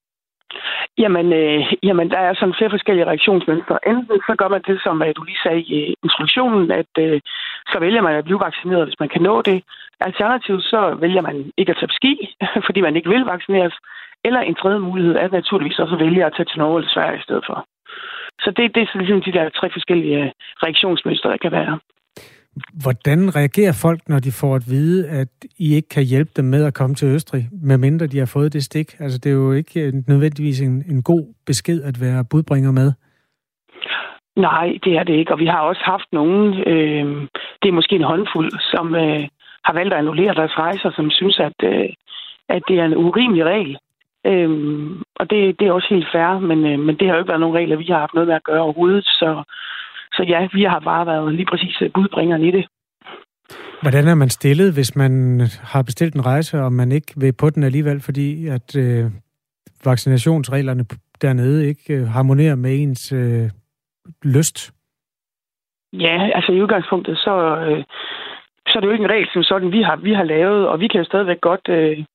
Jamen, der er sådan flere forskellige reaktionsmønstre. Enten så gør man det, som du lige sagde i introduktionen, at så vælger man at blive vaccineret, hvis man kan nå det. Alternativt så vælger man ikke at tage på ski, fordi man ikke vil vaccineres. Eller en tredje mulighed er naturligvis også at vælge at tage til Norge eller Sverige i stedet for. Så det er så ligesom de der 3 forskellige reaktionsmønstre, der kan være. Hvordan reagerer folk, når de får at vide, at I ikke kan hjælpe dem med at komme til Østrig, medmindre de har fået det stik? Altså, det er jo ikke nødvendigvis en god besked at være budbringer med. Nej, det er det ikke. Og vi har også haft nogen, det er måske en håndfuld, som har valgt at annullere deres rejser, som synes, at det er en urimelig regel. Og det er også helt fair, men det har jo ikke været nogen regler, vi har haft noget med at gøre overhovedet, så ja, vi har bare været lige præcis budbringeren i det. Hvordan er man stillet, hvis man har bestilt en rejse, og man ikke vil på den alligevel, fordi at vaccinationsreglerne dernede ikke harmonerer med ens lyst? Ja, altså i udgangspunktet, så er det jo ikke en regel som sådan, vi har lavet, og vi kan jo stadigvæk godt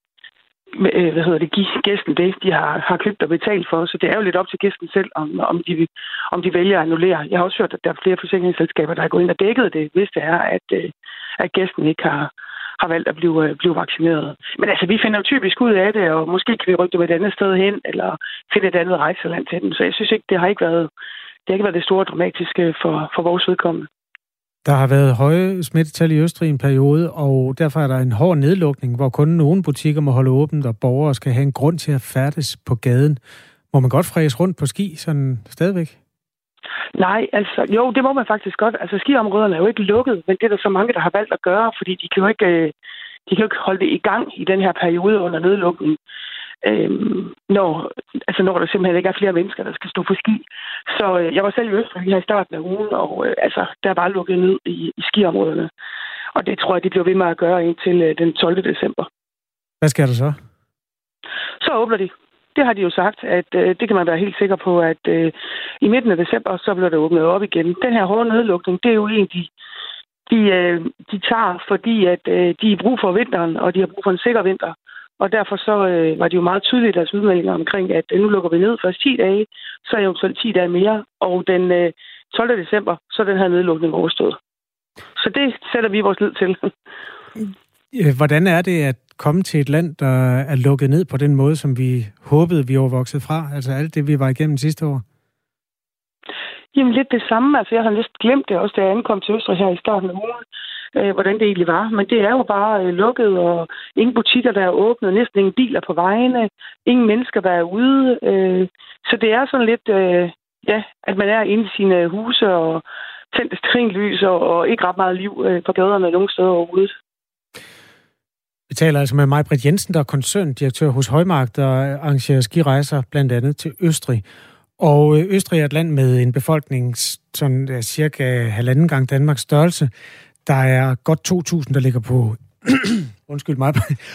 give gæsten det, de har købt og betalt for. Så det er jo lidt op til gæsten selv, om de vælger at annullere. Jeg har også hørt, at der er flere forsikringsselskaber, der er gået ind og dækket det, hvis det er, at gæsten ikke har valgt at blive vaccineret. Men altså, vi finder jo typisk ud af det, og måske kan vi rykke dem et andet sted hen, eller finde et andet rejseland til dem. Så jeg synes ikke, det har ikke været det store dramatiske for vores vedkommende. Der har været høje smittetal i Østrig i en periode, og derfor er der en hård nedlukning, hvor kun nogle butikker må holde åbent, og borgere skal have en grund til at færdes på gaden. Må man godt fræse rundt på ski sådan stadigvæk? Nej, altså jo, det må man faktisk godt. Altså skiområderne er jo ikke lukket, men det er der så mange, der har valgt at gøre, fordi de kan jo ikke holde det i gang i den her periode under nedlukningen. Når der simpelthen ikke er flere mennesker, der skal stå på ski. Så jeg var selv i Østrig her i starten af ugen, og der er bare lukket ned i skiområderne. Og det tror jeg, de bliver ved med at gøre indtil den 12. december. Hvad sker der så? Så åbner de. Det har de jo sagt, at det kan man være helt sikker på, at i midten af december, så bliver det åbnet op igen. Den her hårde nedlukning, det er jo en, de tager, fordi at de har brug for vinteren, og de har brug for en sikker vinter. Og derfor så var det jo meget tydeligt deres udmeldinger omkring, at nu lukker vi ned først 10 dage, så er eventuelt 10 dage mere. Og den 12. december, så er den her nedlukning overstået. Så det sætter vi vores lid til. Hvordan er det at komme til et land, der er lukket ned på den måde, som vi håbede, vi var vokset fra? Altså alt det, vi var igennem sidste år? Jamen lidt det samme. Altså jeg har næsten glemt det også, da jeg ankom til Østrig her i starten af ugen, hvordan det egentlig var. Men det er jo bare lukket, og ingen butikker, der er åbnet, næsten ingen biler på vejene, ingen mennesker, der er ude. Så det er sådan lidt, at man er inde i sine huse og tændte stearinlys og ikke ret meget liv på gaderne nogen steder overhovedet. Vi taler altså med Maj-Britt Jensen, der er koncerndirektør hos Højmark, der arrangerer skirejser blandt andet til Østrig. Og Østrig er et land med en befolkning sådan cirka 1,5 gang Danmarks størrelse. Der er godt 2.000, der ligger på... Undskyld mig.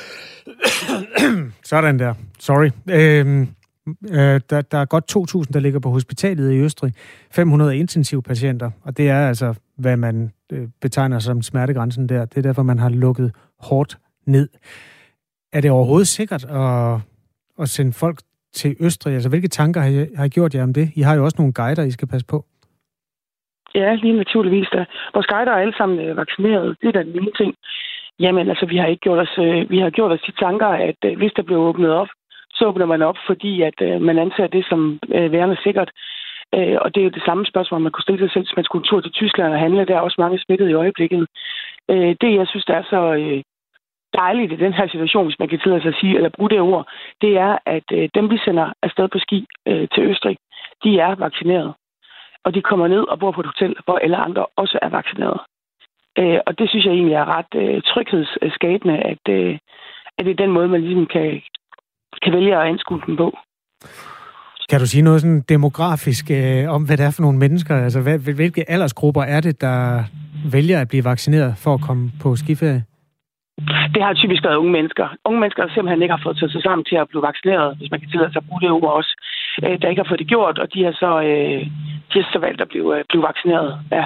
Sådan der. Sorry. Der er godt 2.000, der ligger på hospitalet i Østrig. 500 intensivpatienter. Og det er altså, hvad man betegner som smertegrænsen der. Det er derfor, man har lukket hårdt ned. Er det overhovedet sikkert at sende folk til Østrig? Altså, hvilke tanker har I gjort jer om det? I har jo også nogle guider, I skal passe på. Ja, lige naturligvis da. Vores guider er alle sammen vaccineret. Det er da den ene ting. Jamen, altså, vi har gjort os de tanker, at hvis der bliver åbnet op, så åbner man op, fordi at man anser det som værende sikkert. Og det er jo det samme spørgsmål, man kunne stille sig selv, hvis man skulle en tur til Tyskland og handle. Der er også mange smittet i øjeblikket. Det, jeg synes, der dejligt i den her situation, hvis man kan tillade sig at sige, eller bruge det ord, det er, at dem, vi sender afsted på ski til Østrig, de er vaccineret. Og de kommer ned og bor på et hotel, hvor alle andre også er vaccineret. Og det synes jeg egentlig er ret tryghedsskabende, at det er den måde, man ligesom kan vælge at anskue dem på. Kan du sige noget sådan demografisk om, hvad det er for nogle mennesker? Altså, hvilke aldersgrupper er det, der vælger at blive vaccineret for at komme på skiferie? Det har typisk været unge mennesker. Unge mennesker, der simpelthen ikke har fået taget sig sammen til at blive vaccineret, hvis man kan tillade sig at bruge det ord også, der ikke har fået det gjort, og de har så valgt at blive vaccineret. Ja.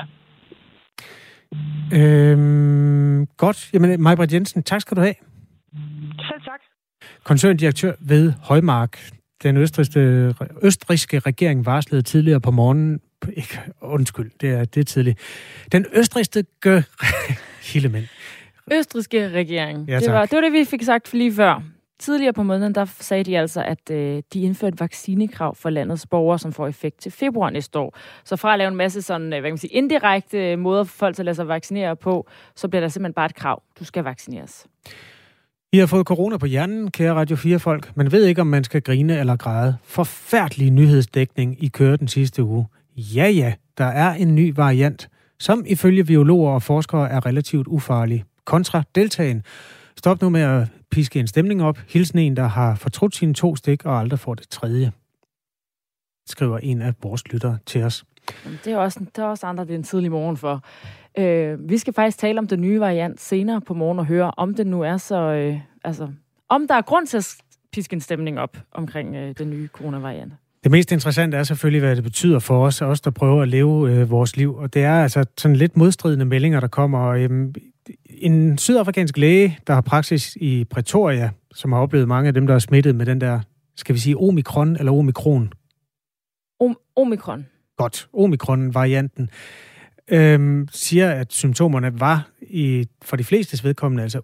Godt. Jamen, Maj-Britt Jensen, tak skal du have. Selv tak. Koncerndirektør ved Højmark. Den østrigske regering varslede tidligere på morgenen... Undskyld, det er tidligt. Den østrigske... Hildemand. Østrigske regering. Ja, det var det, vi fik sagt lige før. Tidligere på måneden, der sagde de altså, at de indførte vaccinekrav for landets borgere, som får effekt til februar næste år. Så fra at lave en masse sådan, hvad kan man sige, indirekte måder for folk til at lade sig vaccinere på, så bliver der simpelthen bare et krav. Du skal vaccineres. I har fået corona på hjernen, kære Radio 4-folk, men ved ikke, om man skal grine eller græde. Forfærdelig nyhedsdækning I kører den sidste uge. Ja, der er en ny variant, som ifølge biologer og forskere er relativt ufarlig. Kontra deltagen. Stop nu med at piske en stemning op. Hilsen en, der har fortrudt sine 2 stik og aldrig får det 3. Skriver en af vores lyttere til os. Det er også andre, det er en tidlig morgen for. Vi skal faktisk tale om den nye variant senere på morgen og høre, om det nu er så... om der er grund til at piske en stemning op omkring den nye coronavariant. Det mest interessante er selvfølgelig, hvad det betyder for os der prøver at leve vores liv. Og det er altså sådan lidt modstridende meldinger, der kommer. En sydafrikansk læge, der har praksis i Pretoria, som har oplevet mange af dem, der er smittet med den der, skal vi sige omikron eller omikron? Omikron. Godt. Omikron-varianten. Siger, at symptomerne var for de flestes vedkommende altså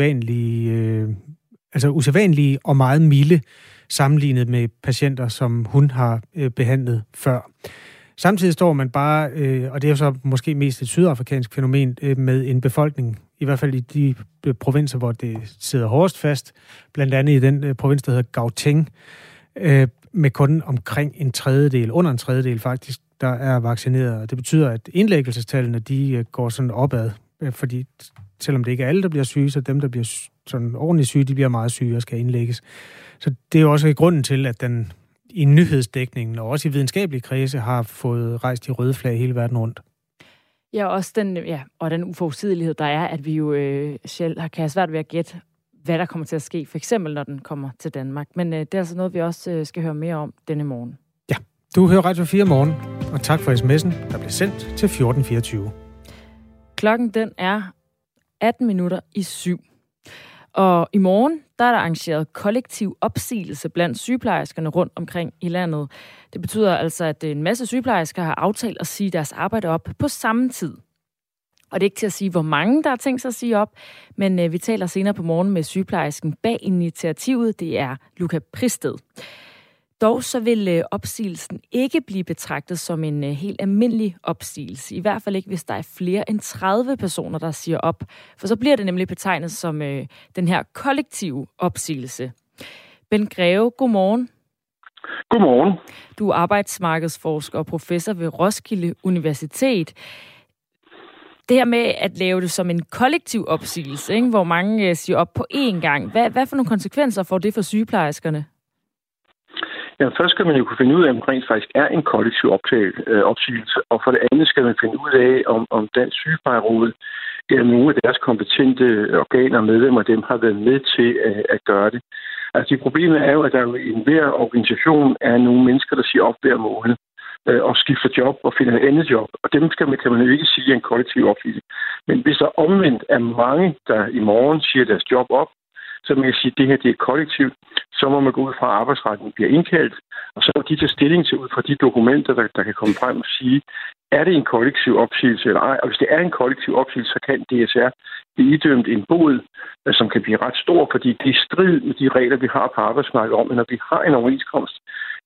usædvanlige og meget milde sammenlignet med patienter, som hun har behandlet før. Samtidig står man bare, og det er så måske mest et sydafrikansk fænomen, med en befolkning, i hvert fald i de provinser, hvor det sidder hårdest fast, blandt andet i den provins, der hedder Gauteng, med kun omkring under en tredjedel faktisk, der er vaccineret. Og det betyder, at indlæggelsestallene, de går sådan opad, fordi selvom det ikke er alle, der bliver syge, så dem, der bliver sådan ordentligt syge, de bliver meget syge og skal indlægges. Så det er jo også grunden til, at den i nyhedsdækningen og også i videnskabelige kredse har fået rejst de røde flag hele verden rundt. Ja, også den uforudsigelighed, der er, at vi jo selv kan have svært ved at gætte, hvad der kommer til at ske, for eksempel når den kommer til Danmark. Men det er altså noget, vi også skal høre mere om denne morgen. Ja, du hører Radio 4 morgen, og tak for sms'en, der blev sendt til 1424. Klokken den er 7:18. Og i morgen, der er der arrangeret kollektiv opsigelse blandt sygeplejerskerne rundt omkring i landet. Det betyder altså, at en masse sygeplejersker har aftalt at sige deres arbejde op på samme tid. Og det er ikke til at sige, hvor mange der har tænkt sig at sige op, men vi taler senere på morgen med sygeplejersken bag initiativet. Det er Luca Pristed. Dog så vil opsigelsen ikke blive betragtet som en helt almindelig opsigelse. I hvert fald ikke, hvis der er flere end 30 personer, der siger op. For så bliver det nemlig betegnet som den her kollektive opsigelse. Ben Greve, godmorgen. Godmorgen. Du er arbejdsmarkedsforsker og professor ved Roskilde Universitet. Det her med at lave det som en kollektiv opsigelse, ikke? Hvor mange siger op på én gang. Hvad for nogle konsekvenser får det for sygeplejerskerne? Ja, først skal man jo kunne finde ud af, om det rent faktisk er en kollektiv opsigelse, og for det andet skal man finde ud af, om Dansk Sygeplejeråd eller nogle af deres kompetente organer og medlemmer af dem har været med til at gøre det. Altså problemet er jo, at der jo i enhver organisation er nogle mennesker, der siger op hver måned og skifter job og finder et andet job, og dem kan man jo ikke sige er en kollektiv opsigelse. Men hvis der omvendt er mange, der i morgen siger deres job op, så man kan sige, at det her det er kollektivt, så må man gå ud fra, at arbejdsretten bliver indkaldt, og så må de tage stilling til ud fra de dokumenter, der kan komme frem og sige, er det en kollektiv opsigelse eller ej? Og hvis det er en kollektiv opsigelse, så kan DSR blive idømt en bod, som kan blive ret stor, fordi det er i strid med de regler, vi har på arbejdsmarkedet om, at når vi har en overenskomst,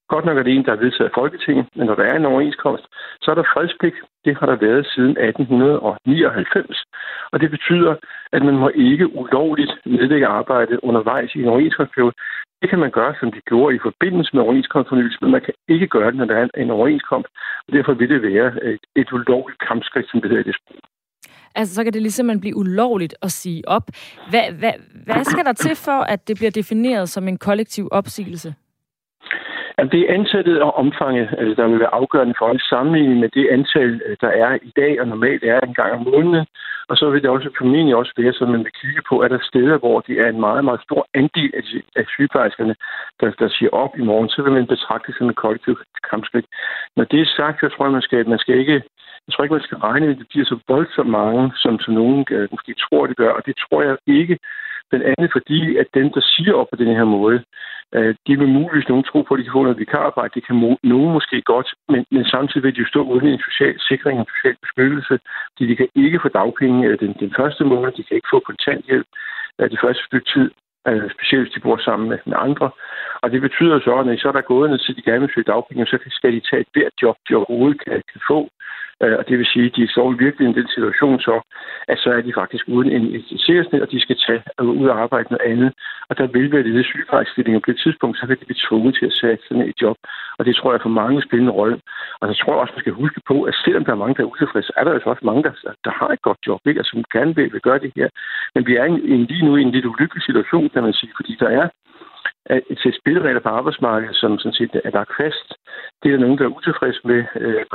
Godt nok er det en, der er vedtaget af Folketinget, men når der er en overenskomst, så er der fredspligt. Det har der været siden 1899. Og det betyder, at man må ikke ulovligt nedlægge arbejdet undervejs i en overenskomstperiode. Det kan man gøre, som de gjorde i forbindelse med overenskomstfornyelse, men man kan ikke gøre det, når der er en overenskomst. Og derfor vil det være et ulovligt kampskridt, som det hedder i det sprog. Altså, så kan det ligesom blive ulovligt at sige op. Hvad skal der til for, at det bliver defineret som en kollektiv opsigelse? Jamen, det er antallet og omfanget, der vil være afgørende for os sammenlignet med det antal, der er i dag og normalt er en gang om måneden. Og så vil det også formentlig også være, så man vil kigge på, at der er steder, hvor det er en meget, meget stor andel af sygeplejerskerne, der siger op i morgen, så vil man betragte det som en kollektiv kampskridt. Når det er sagt, så tror jeg, man skal ikke regne med, at det bliver så voldsomt mange, som nogen måske tror, det gør. Og det tror jeg ikke. Blandt andet fordi, at dem, der siger op på den her måde, de vil muligvis nogen tro på, at de kan få noget vikararbejde. Det kan nogen måske godt, men samtidig vil de jo stå uden en social sikring og en social beskyttelse. De kan ikke få dagpenge den første måned. De kan ikke få kontanthjælp det første stykke tid. Specielt hvis de bor sammen med andre. Og det betyder så, at når I så er der gået ned til de gerne vil søge dagpenge, så skal de tage et hvert job, de overhovedet kan få. Og det vil sige, at de står virkelig i den situation så, at så er de faktisk uden et sikkerhedsnet, og de skal tage ud og arbejde noget andet. Og der vil være det sygeplejerskestillinger på et tidspunkt, så vil de blive tvunget til at sætte sådan et job. Og det tror jeg for mange spiller en rolle. Og så tror jeg også, man skal huske på, at selvom der er mange, der er utilfredse, er der altså også mange, der har et godt job, ikke? Og som gerne vil gøre det her. Men vi er lige nu i en lidt ulykkelig situation, kan man sige, fordi der er et sæt spilleregler på arbejdsmarkedet, som sådan set er lagt fast. Det er der nogen, der er utilfredse med, og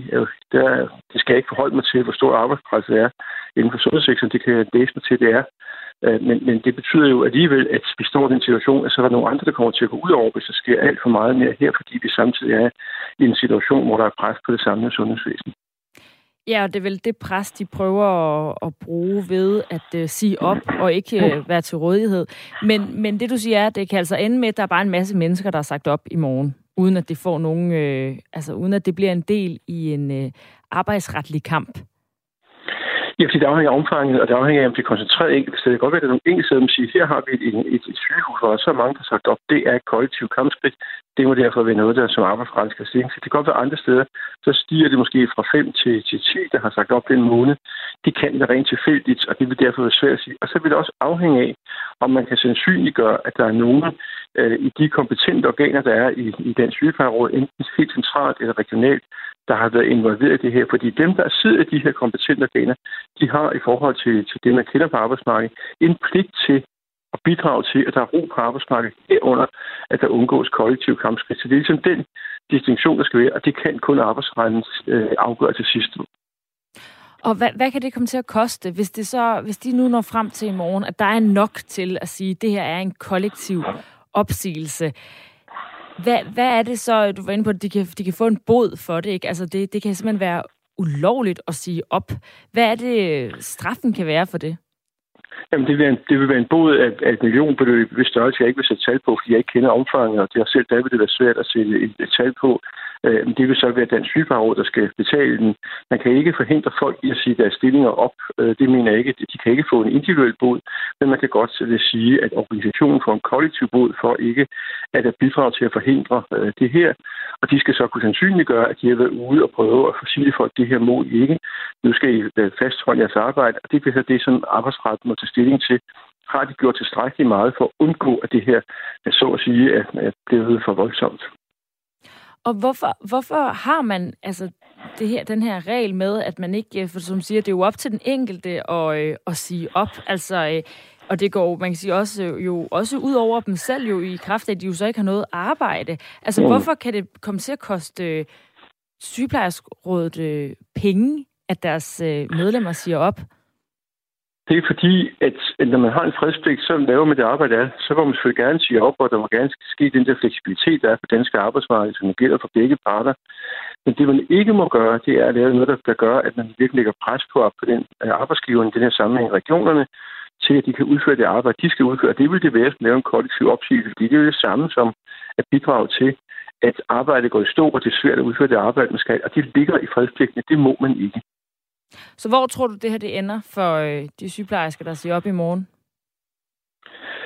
det skal jeg ikke forholde mig til, hvor stor arbejdspresset er inden for sundhedssektoren. Det kan jeg læse mig til, det er. Men det betyder jo alligevel, at vi står i den situation, at så er der nogle andre, der kommer til at gå ud over, hvis der sker alt for meget mere her, fordi vi samtidig er i en situation, hvor der er pres på det samlede sundhedsvæsen. Ja, og det er vel det pres, de prøver at bruge ved at sige op og ikke være til rådighed. Men det, du siger, er, at det kan altså ende med, at der er bare en masse mennesker, der er sagt op i morgen, uden at det får nogen, uden at det bliver en del i en arbejdsretlig kamp. Ja, fordi det afhænger af omfanget, og det afhænger af, om det er koncentreret enkelt. Så det kan godt være, at der er nogle enkelte steder, man siger, her har vi et sygehus, hvor der er så mange, der har sagt op. Det er et kollektivt kampskridt. Det må derfor være noget, der som arbejdsret skal stilling til. Det kan godt være andre steder, så stiger det måske fra 5 til 10, der har sagt op den måned. Det kan være rent tilfældigt, og det vil derfor være svært at sige. Og så vil det også afhænge af, om man kan sandsynliggøre, at der er nogen i de kompetente organer, der er i den sygeplejeråd, enten helt centralt eller regionalt, der har været involveret i det her. Fordi dem, der sidder i de her kompetente organer, de har i forhold til det, man kender på arbejdsmarkedet, en pligt til at bidrage til, at der er ro på arbejdsmarkedet herunder, at der undgås kollektiv kampskridt. Så det er ligesom den distinktion, der skal være, og det kan kun arbejdsretten afgøre til sidst. Og hvad kan det komme til at koste, hvis de nu når frem til i morgen, at der er nok til at sige, at det her er en kollektiv opsigelse? Hvad er det så, du var inde på, at de kan få en bod for det, ikke? Altså det kan simpelthen være ulovligt at sige op. Hvad er det, straffen kan være for det? Jamen, det vil være en bod af et millionbeløb, hvis størrelse jeg ikke vil sætte tal på, fordi jeg ikke kender omfanget, og det har selv der vil det være svært at sætte et tal på. Det vil så være Dansk Sygeplejeråd, der skal betale den. Man kan ikke forhindre folk i at sige deres stillinger op. Det mener jeg ikke. De kan ikke få en individuel bod, men man kan godt sige, at organisationen får en kollektiv bod for ikke at bidrage til at forhindre det her. Og de skal så kunne sandsynliggøre, at de har været ude og prøve at sige folk, at det her må I ikke. Nu skal I fastholde jeres arbejde, og det bliver det, som arbejdsret må tage stilling til. Har de gjort tilstrækkeligt meget for at undgå, at det her, så at sige, er blevet for voldsomt? Og hvorfor har man altså den her regel med, at man ikke, for som siger, det er jo op til den enkelte at sige op, altså, og det går, man kan sige, også ud over dem selv jo i kraft af, at de jo så ikke har noget arbejde. Altså, hvorfor kan det komme til at koste sygeplejerådet penge, at deres medlemmer siger op? Det er fordi, at når man har en fredspligt, så laver man det arbejde af, så må man selvfølgelig gerne sige op, og der må gerne ske den der fleksibilitet, der er på danske arbejdsmarked, som gælder for begge parter. Men det, man ikke må gøre, det er at lave noget, der gør, at man virkelig lægger pres på den arbejdsgiveren i den her sammenhæng regionerne, til at de kan udføre det arbejde, de skal udføre. Det vil det være at lave en kollektiv opsigelse, fordi det er det samme som at bidrage til, at arbejdet går i stå, og det er svært at udføre det arbejde, man skal. Og det ligger i fredspligten, det må man ikke. Så hvor tror du, det her det ender for de sygeplejersker, der siger op i morgen?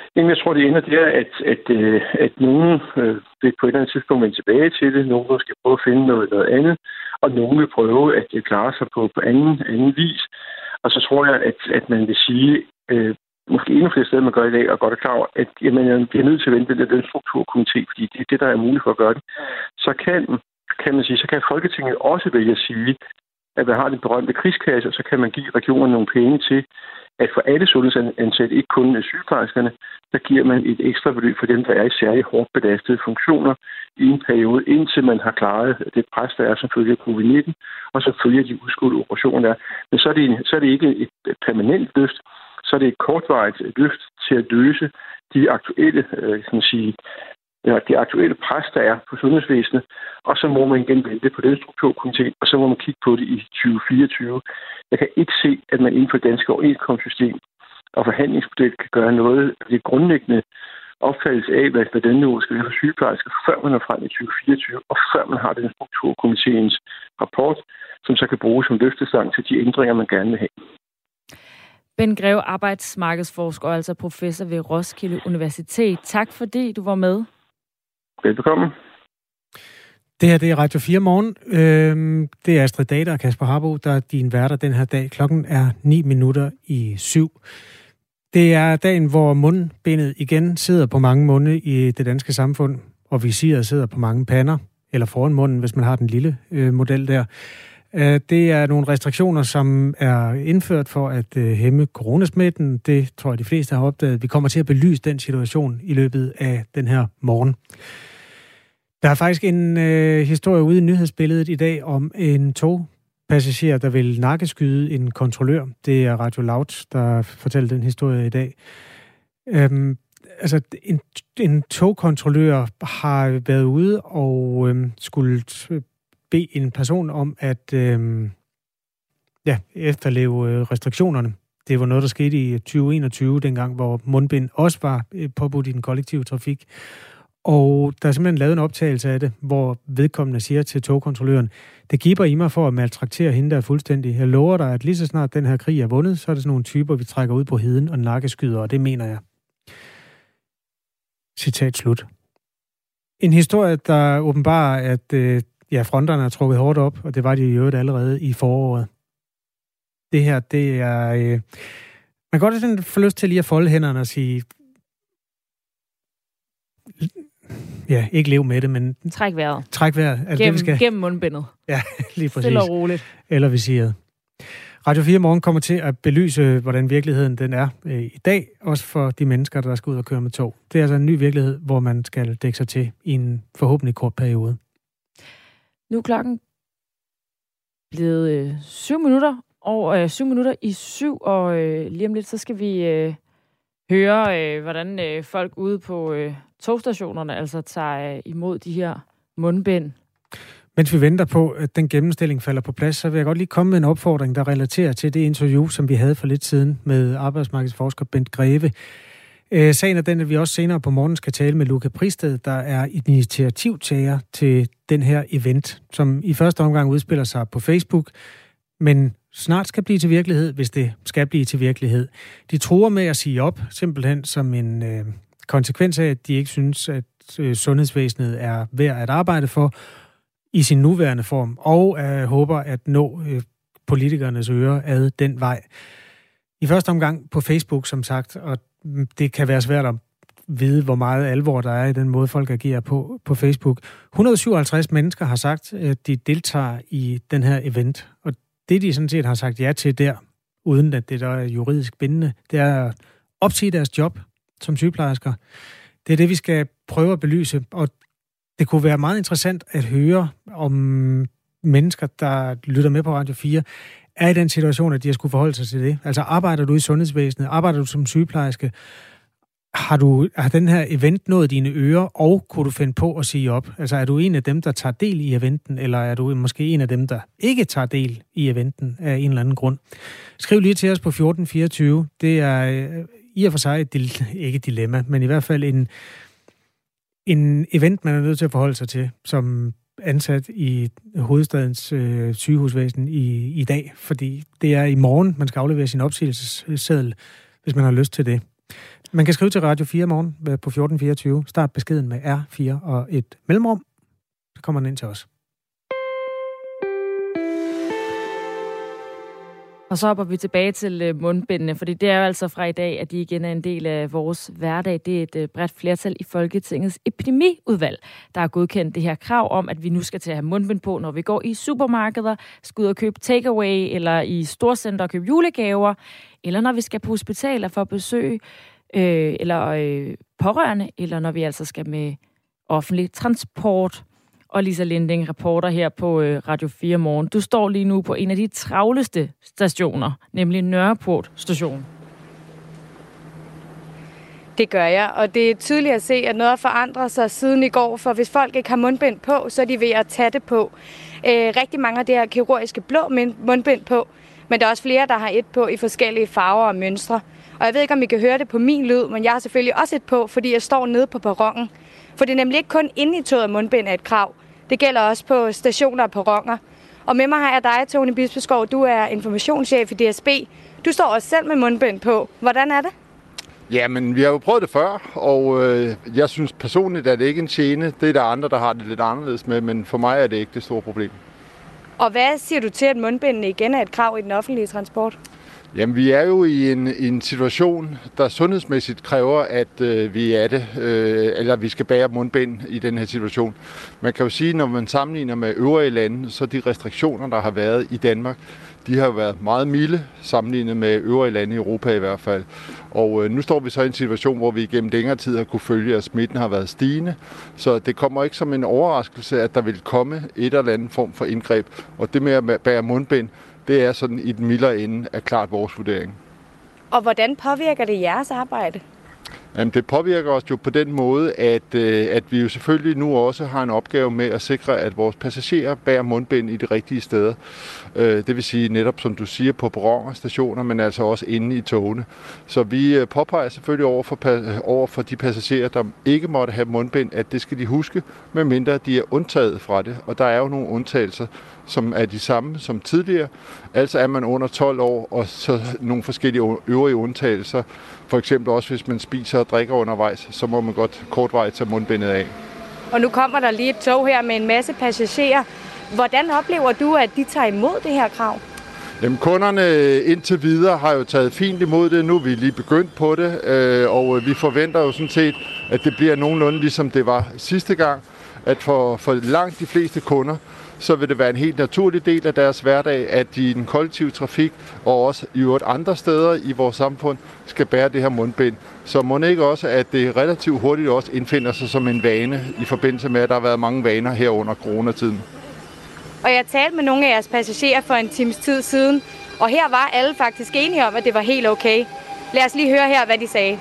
Jamen, jeg tror, det ender der, at nogen vil på et eller andet tidspunkt vende tilbage til det, nogen skal prøve at finde noget andet, og nogen vil prøve at klare sig på anden vis. Og så tror jeg, at man vil sige, måske endnu flere steder, man gør i dag, og godt er klar over, at man bliver nødt til at vente den strukturkomité, fordi det er det, der er muligt for at gøre det. Så kan man sige, så kan Folketinget også vælge at sige, at man har den berømte krigskasse, og så kan man give regionerne nogle penge til, at for alle sundhedsansatte, ikke kun sygeplejerskerne, der giver man et ekstra beløb for dem, der er i særligt hårdt belastede funktioner i en periode, indtil man har klaret det pres, der er som følge af covid-19, og som følge af de udskudte operationer der. Men så er det ikke et permanent løft, så er det et kortvarigt løft til at løse de aktuelle, det aktuelle pres, der er på sundhedsvæsenet, og så må man igen vente på den strukturkomité, og så må man kigge på det i 2024. Jeg kan ikke se, at man inden for det danske overenskomstsystem og forhandlingsmodel kan gøre noget af det grundlæggende opfattelse af, hvad den niveau skal være for sygeplejersker, før man er frem i 2024, og før man har den strukturkomitéens rapport, som så kan bruges som løftestang til de ændringer, man gerne vil have. Ben Greve, arbejdsmarkedsforsker og altså professor ved Roskilde Universitet. Tak fordi du var med. Velbekomme. Det her, det er Radio 4 morgen. Det er Astrid Dater og Kasper Harbo, der er din værter den her dag. Klokken er 7:09. Det er dagen, hvor mundbindet igen sidder på mange munde i det danske samfund, og visiret sidder på mange pander, eller foran munden, hvis man har den lille model der. Det er nogle restriktioner, som er indført for at hæmme coronasmitten. Det tror jeg, de fleste har opdaget. Vi kommer til at belyse den situation i løbet af den her morgen. Der er faktisk en historie ude i nyhedsbilledet i dag om en togpassager, der vil nakkeskyde en kontrollør. Det er Radio Loud, der fortæller den historie i dag. En togkontrollør har været ude og skulle bede en person om at efterleve restriktionerne. Det var noget, der skete i 2021, dengang, hvor mundbind også var påbudt i den kollektive trafik. Og der er simpelthen lavet en optagelse af det, hvor vedkommende siger til togkontrolløren, det giver i mig for at maltraktere hende der fuldstændig. Jeg lover dig, at lige så snart den her krig er vundet, så er det sådan nogle typer, vi trækker ud på heden og nakkeskyder, og det mener jeg. Citat slut. En historie, der åbenbarer, at fronterne er trukket hårdt op, og det var de i øvrigt allerede i foråret. Det her, det er... man kan godt sådan få lyst til lige at folde hænderne og sige... Ja, ikke lev med det, men... Træk vejret. Træk vejret. Altså det, vi skal... Gennem mundbindet. Ja, lige præcis. Stille og roligt. Eller visiret. Radio 4 Morgen kommer til at belyse, hvordan virkeligheden den er i dag, også for de mennesker, der skal ud og køre med tog. Det er altså en ny virkelighed, hvor man skal dække sig til i en forhåbentlig kort periode. Nu er klokken blevet 7 minutter, og 7 minutter i 7, og lige om lidt, så skal vi høre, hvordan folk ude på togstationerne altså tager imod de her mundbind. Mens vi venter på, at den gennemstilling falder på plads, så vil jeg godt lige komme med en opfordring, der relaterer til det interview, som vi havde for lidt siden med arbejdsmarkedsforsker Bent Greve. Sagen er den, at vi også senere på morgen skal tale med Luca Pristed, der er initiativtager til den her event, som i første omgang udspiller sig på Facebook, men snart skal blive til virkelighed, hvis det skal blive til virkelighed. De truer med at sige op, simpelthen som en konsekvens af, at de ikke synes, at sundhedsvæsenet er værd at arbejde for i sin nuværende form, og håber at nå politikernes ører ad den vej. I første omgang på Facebook, som sagt, og det kan være svært at vide, hvor meget alvor der er i den måde, folk agerer på Facebook. 157 mennesker har sagt, at de deltager i den her event, og det, de sådan set har sagt ja til der, uden at det der er juridisk bindende, det er at opsige deres job som sygeplejersker. Det er det, vi skal prøve at belyse, og det kunne være meget interessant at høre om mennesker, der lytter med på Radio 4, er i den situation, at de har skulle forholde sig til det. Altså arbejder du i sundhedsvæsenet, arbejder du som sygeplejerske, har den her event nået dine ører, og kunne du finde på at sige op? Altså er du en af dem, der tager del i eventen, eller er du måske en af dem, der ikke tager del i eventen af en eller anden grund? Skriv lige til os på 1424. Det er i og for sig ikke et dilemma, men i hvert fald en event, man er nødt til at forholde sig til, som ansat i hovedstadens sygehusvæsen i dag, fordi det er i morgen, man skal aflevere sin opsigelsesseddel, hvis man har lyst til det. Man kan skrive til Radio 4 morgen på 1424. Start beskeden med R4 og et mellemrum. Så kommer den ind til os. Og så hopper vi tilbage til mundbindene, fordi det er jo altså fra i dag, at de igen er en del af vores hverdag. Det er et bredt flertal i Folketingets epidemiudvalg, der har godkendt det her krav om, at vi nu skal til at have mundbind på, når vi går i supermarkeder, skal ud og købe takeaway, eller i storcenter og købe julegaver, eller når vi skal på hospitaler for at besøge eller pårørende, eller når vi altså skal med offentlig transport. Og Lisa Linding, reporter her på Radio 4 Morgen. Du står lige nu på en af de travleste stationer, nemlig Nørreport station. Det gør jeg, og det er tydeligt at se, at noget har forandret sig siden i går, for hvis folk ikke har mundbind på, så er de ved at tage det på. Rigtig mange af det her kirurgiske blå mundbind på, men der er også flere, der har et på i forskellige farver og mønstre. Og jeg ved ikke, om I kan høre det på min lyd, men jeg har selvfølgelig også et på, fordi jeg står nede på perronen. For det er nemlig ikke kun inde i toget, at mundbind er et krav. Det gælder også på stationer og perroner. Og med mig har jeg dig, Tony Bispeskov. Du er informationschef i DSB. Du står også selv med mundbind på. Hvordan er det? Jamen, vi har jo prøvet det før, og jeg synes personligt, at det ikke er en gene. Det er der andre, der har det lidt anderledes med, men for mig er det ikke det store problem. Og hvad siger du til, at mundbindene igen er et krav i den offentlige transport? Jamen, vi er jo i en situation, der sundhedsmæssigt kræver, at vi er det, eller vi skal bære mundbind i den her situation. Man kan jo sige, når man sammenligner med øvrige lande, så de restriktioner, der har været i Danmark, de har jo været meget milde sammenlignet med øvrige lande i Europa i hvert fald. Og nu står vi så i en situation, hvor vi igennem længere tid har kunne følge, at smitten har været stigende. Så det kommer ikke som en overraskelse, at der vil komme et eller andet form for indgreb. Og det med at bære mundbind, det er sådan i den mildere ende af klart vores vurdering. Og hvordan påvirker det jeres arbejde? Jamen, det påvirker os jo på den måde, at vi jo selvfølgelig nu også har en opgave med at sikre, at vores passagerer bærer mundbind i de rigtige steder. Det vil sige netop, som du siger, på perroner, stationer, men altså også inde i togene. Så vi påpeger selvfølgelig over for de passagerer, der ikke måtte have mundbind, at det skal de huske, medmindre de er undtaget fra det. Og der er jo nogle undtagelser, som er de samme som tidligere. Altså er man under 12 år, og så nogle forskellige øvrige undtagelser. For eksempel også, hvis man spiser og drikker undervejs, så må man godt kortvarigt tage mundbindet af. Og nu kommer der lige et tog her med en masse passagerer. Hvordan oplever du, at de tager imod det her krav? Jamen, kunderne indtil videre har jo taget fint imod det. Nu er vi lige begyndt på det, og vi forventer jo sådan set, at det bliver nogenlunde ligesom det var sidste gang. At for langt de fleste kunder, så vil det være en helt naturlig del af deres hverdag, at de i den kollektive trafik og også i øvrigt andre steder i vores samfund skal bære det her mundbind. Så må ikke også, at det relativt hurtigt også indfinder sig som en vane i forbindelse med, at der har været mange vaner her under coronatiden. Og jeg talte med nogle af jeres passagerer for en times tid siden, og her var alle faktisk enige om, at det var helt okay. Lad os lige høre her, hvad de sagde.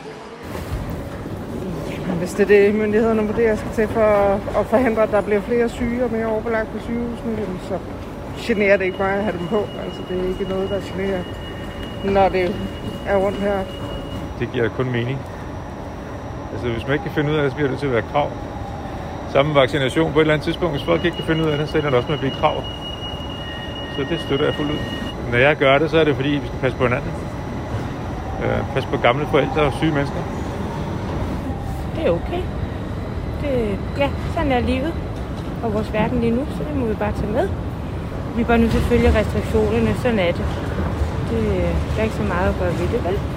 Hvis det er det, myndighederne vurderer skal til for at forhindre, at der bliver flere syge og mere overbelagt på sygehusene, så generer det ikke mig at have dem på. Altså, det er ikke noget, der generer, når det er rundt her. Det giver kun mening. Altså, hvis man ikke kan finde ud af det, så bliver det til at være krav. Samme vaccination på et eller andet tidspunkt, hvis folk ikke kan finde ud af det, så ender det også med at blive krav. Så det støtter jeg fuldt ud. Når jeg gør det, så er det fordi, vi skal passe på hinanden. Passe på gamle forældre og syge mennesker. Det er okay. Sådan er livet og vores verden lige nu, så det må vi bare tage med. Vi er bare nødt til at følge restriktionerne, sådan er det. Det er ikke så meget at gøre ved det, vel?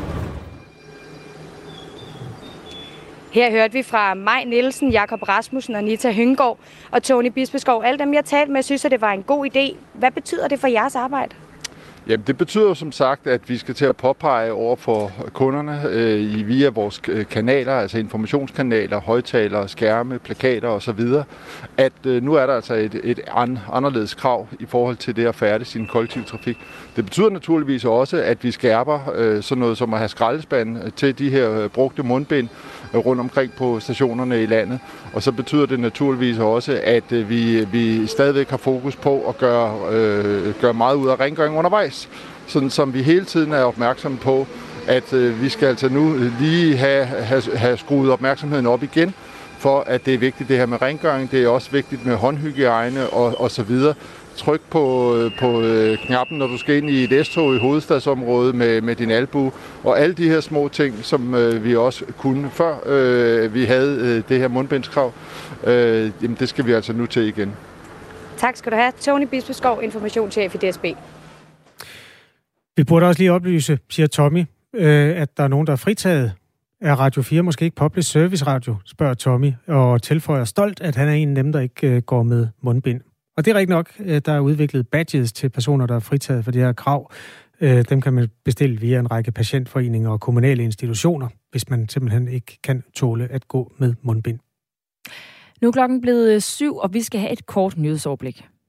Her hørte vi fra Maj Nielsen, Jakob Rasmussen, Anita Hønggaard og Tony Bispeskov. Alle dem, jeg talte med, synes, at det var en god idé. Hvad betyder det for jeres arbejde? Jamen, det betyder jo som sagt, at vi skal til at påpege over for kunderne via vores kanaler, altså informationskanaler, højtalere, skærme, plakater osv., at nu er der altså et anderledes krav i forhold til det at færdes i den kollektive trafik. Det betyder naturligvis også, at vi skærper sådan noget som at have skraldespand til de her brugte mundbind rundt omkring på stationerne i landet. Og så betyder det naturligvis også, at vi stadigvæk har fokus på at gøre meget ud af rengøring undervejs. Sådan som vi hele tiden er opmærksomme på, at vi skal altså nu lige have skruet opmærksomheden op igen, for at det er vigtigt det her med rengøring. Det er også vigtigt med håndhygiejne og så videre. tryk på knappen, når du skal ind i et S-tog i hovedstadsområdet med din albue, og alle de her små ting, som vi også kunne før vi havde det her mundbindskrav, jamen det skal vi altså nu til igen. Tak skal du have. Tony Bispeskov, informationschef i DSB. Vi burde også lige oplyse, siger Tommy, at der er nogen, der er fritaget. Er Radio 4 måske ikke public service radio, spørger Tommy, og tilføjer stolt, at han er en af dem, der ikke går med mundbind. Og det er rigtigt nok, der er udviklet badges til personer, der er fritaget for det her krav. Dem kan man bestille via en række patientforeninger og kommunale institutioner, hvis man simpelthen ikke kan tåle at gå med mundbind. Nu er klokken blevet 7, og vi skal have et kort nyhedsoverblik.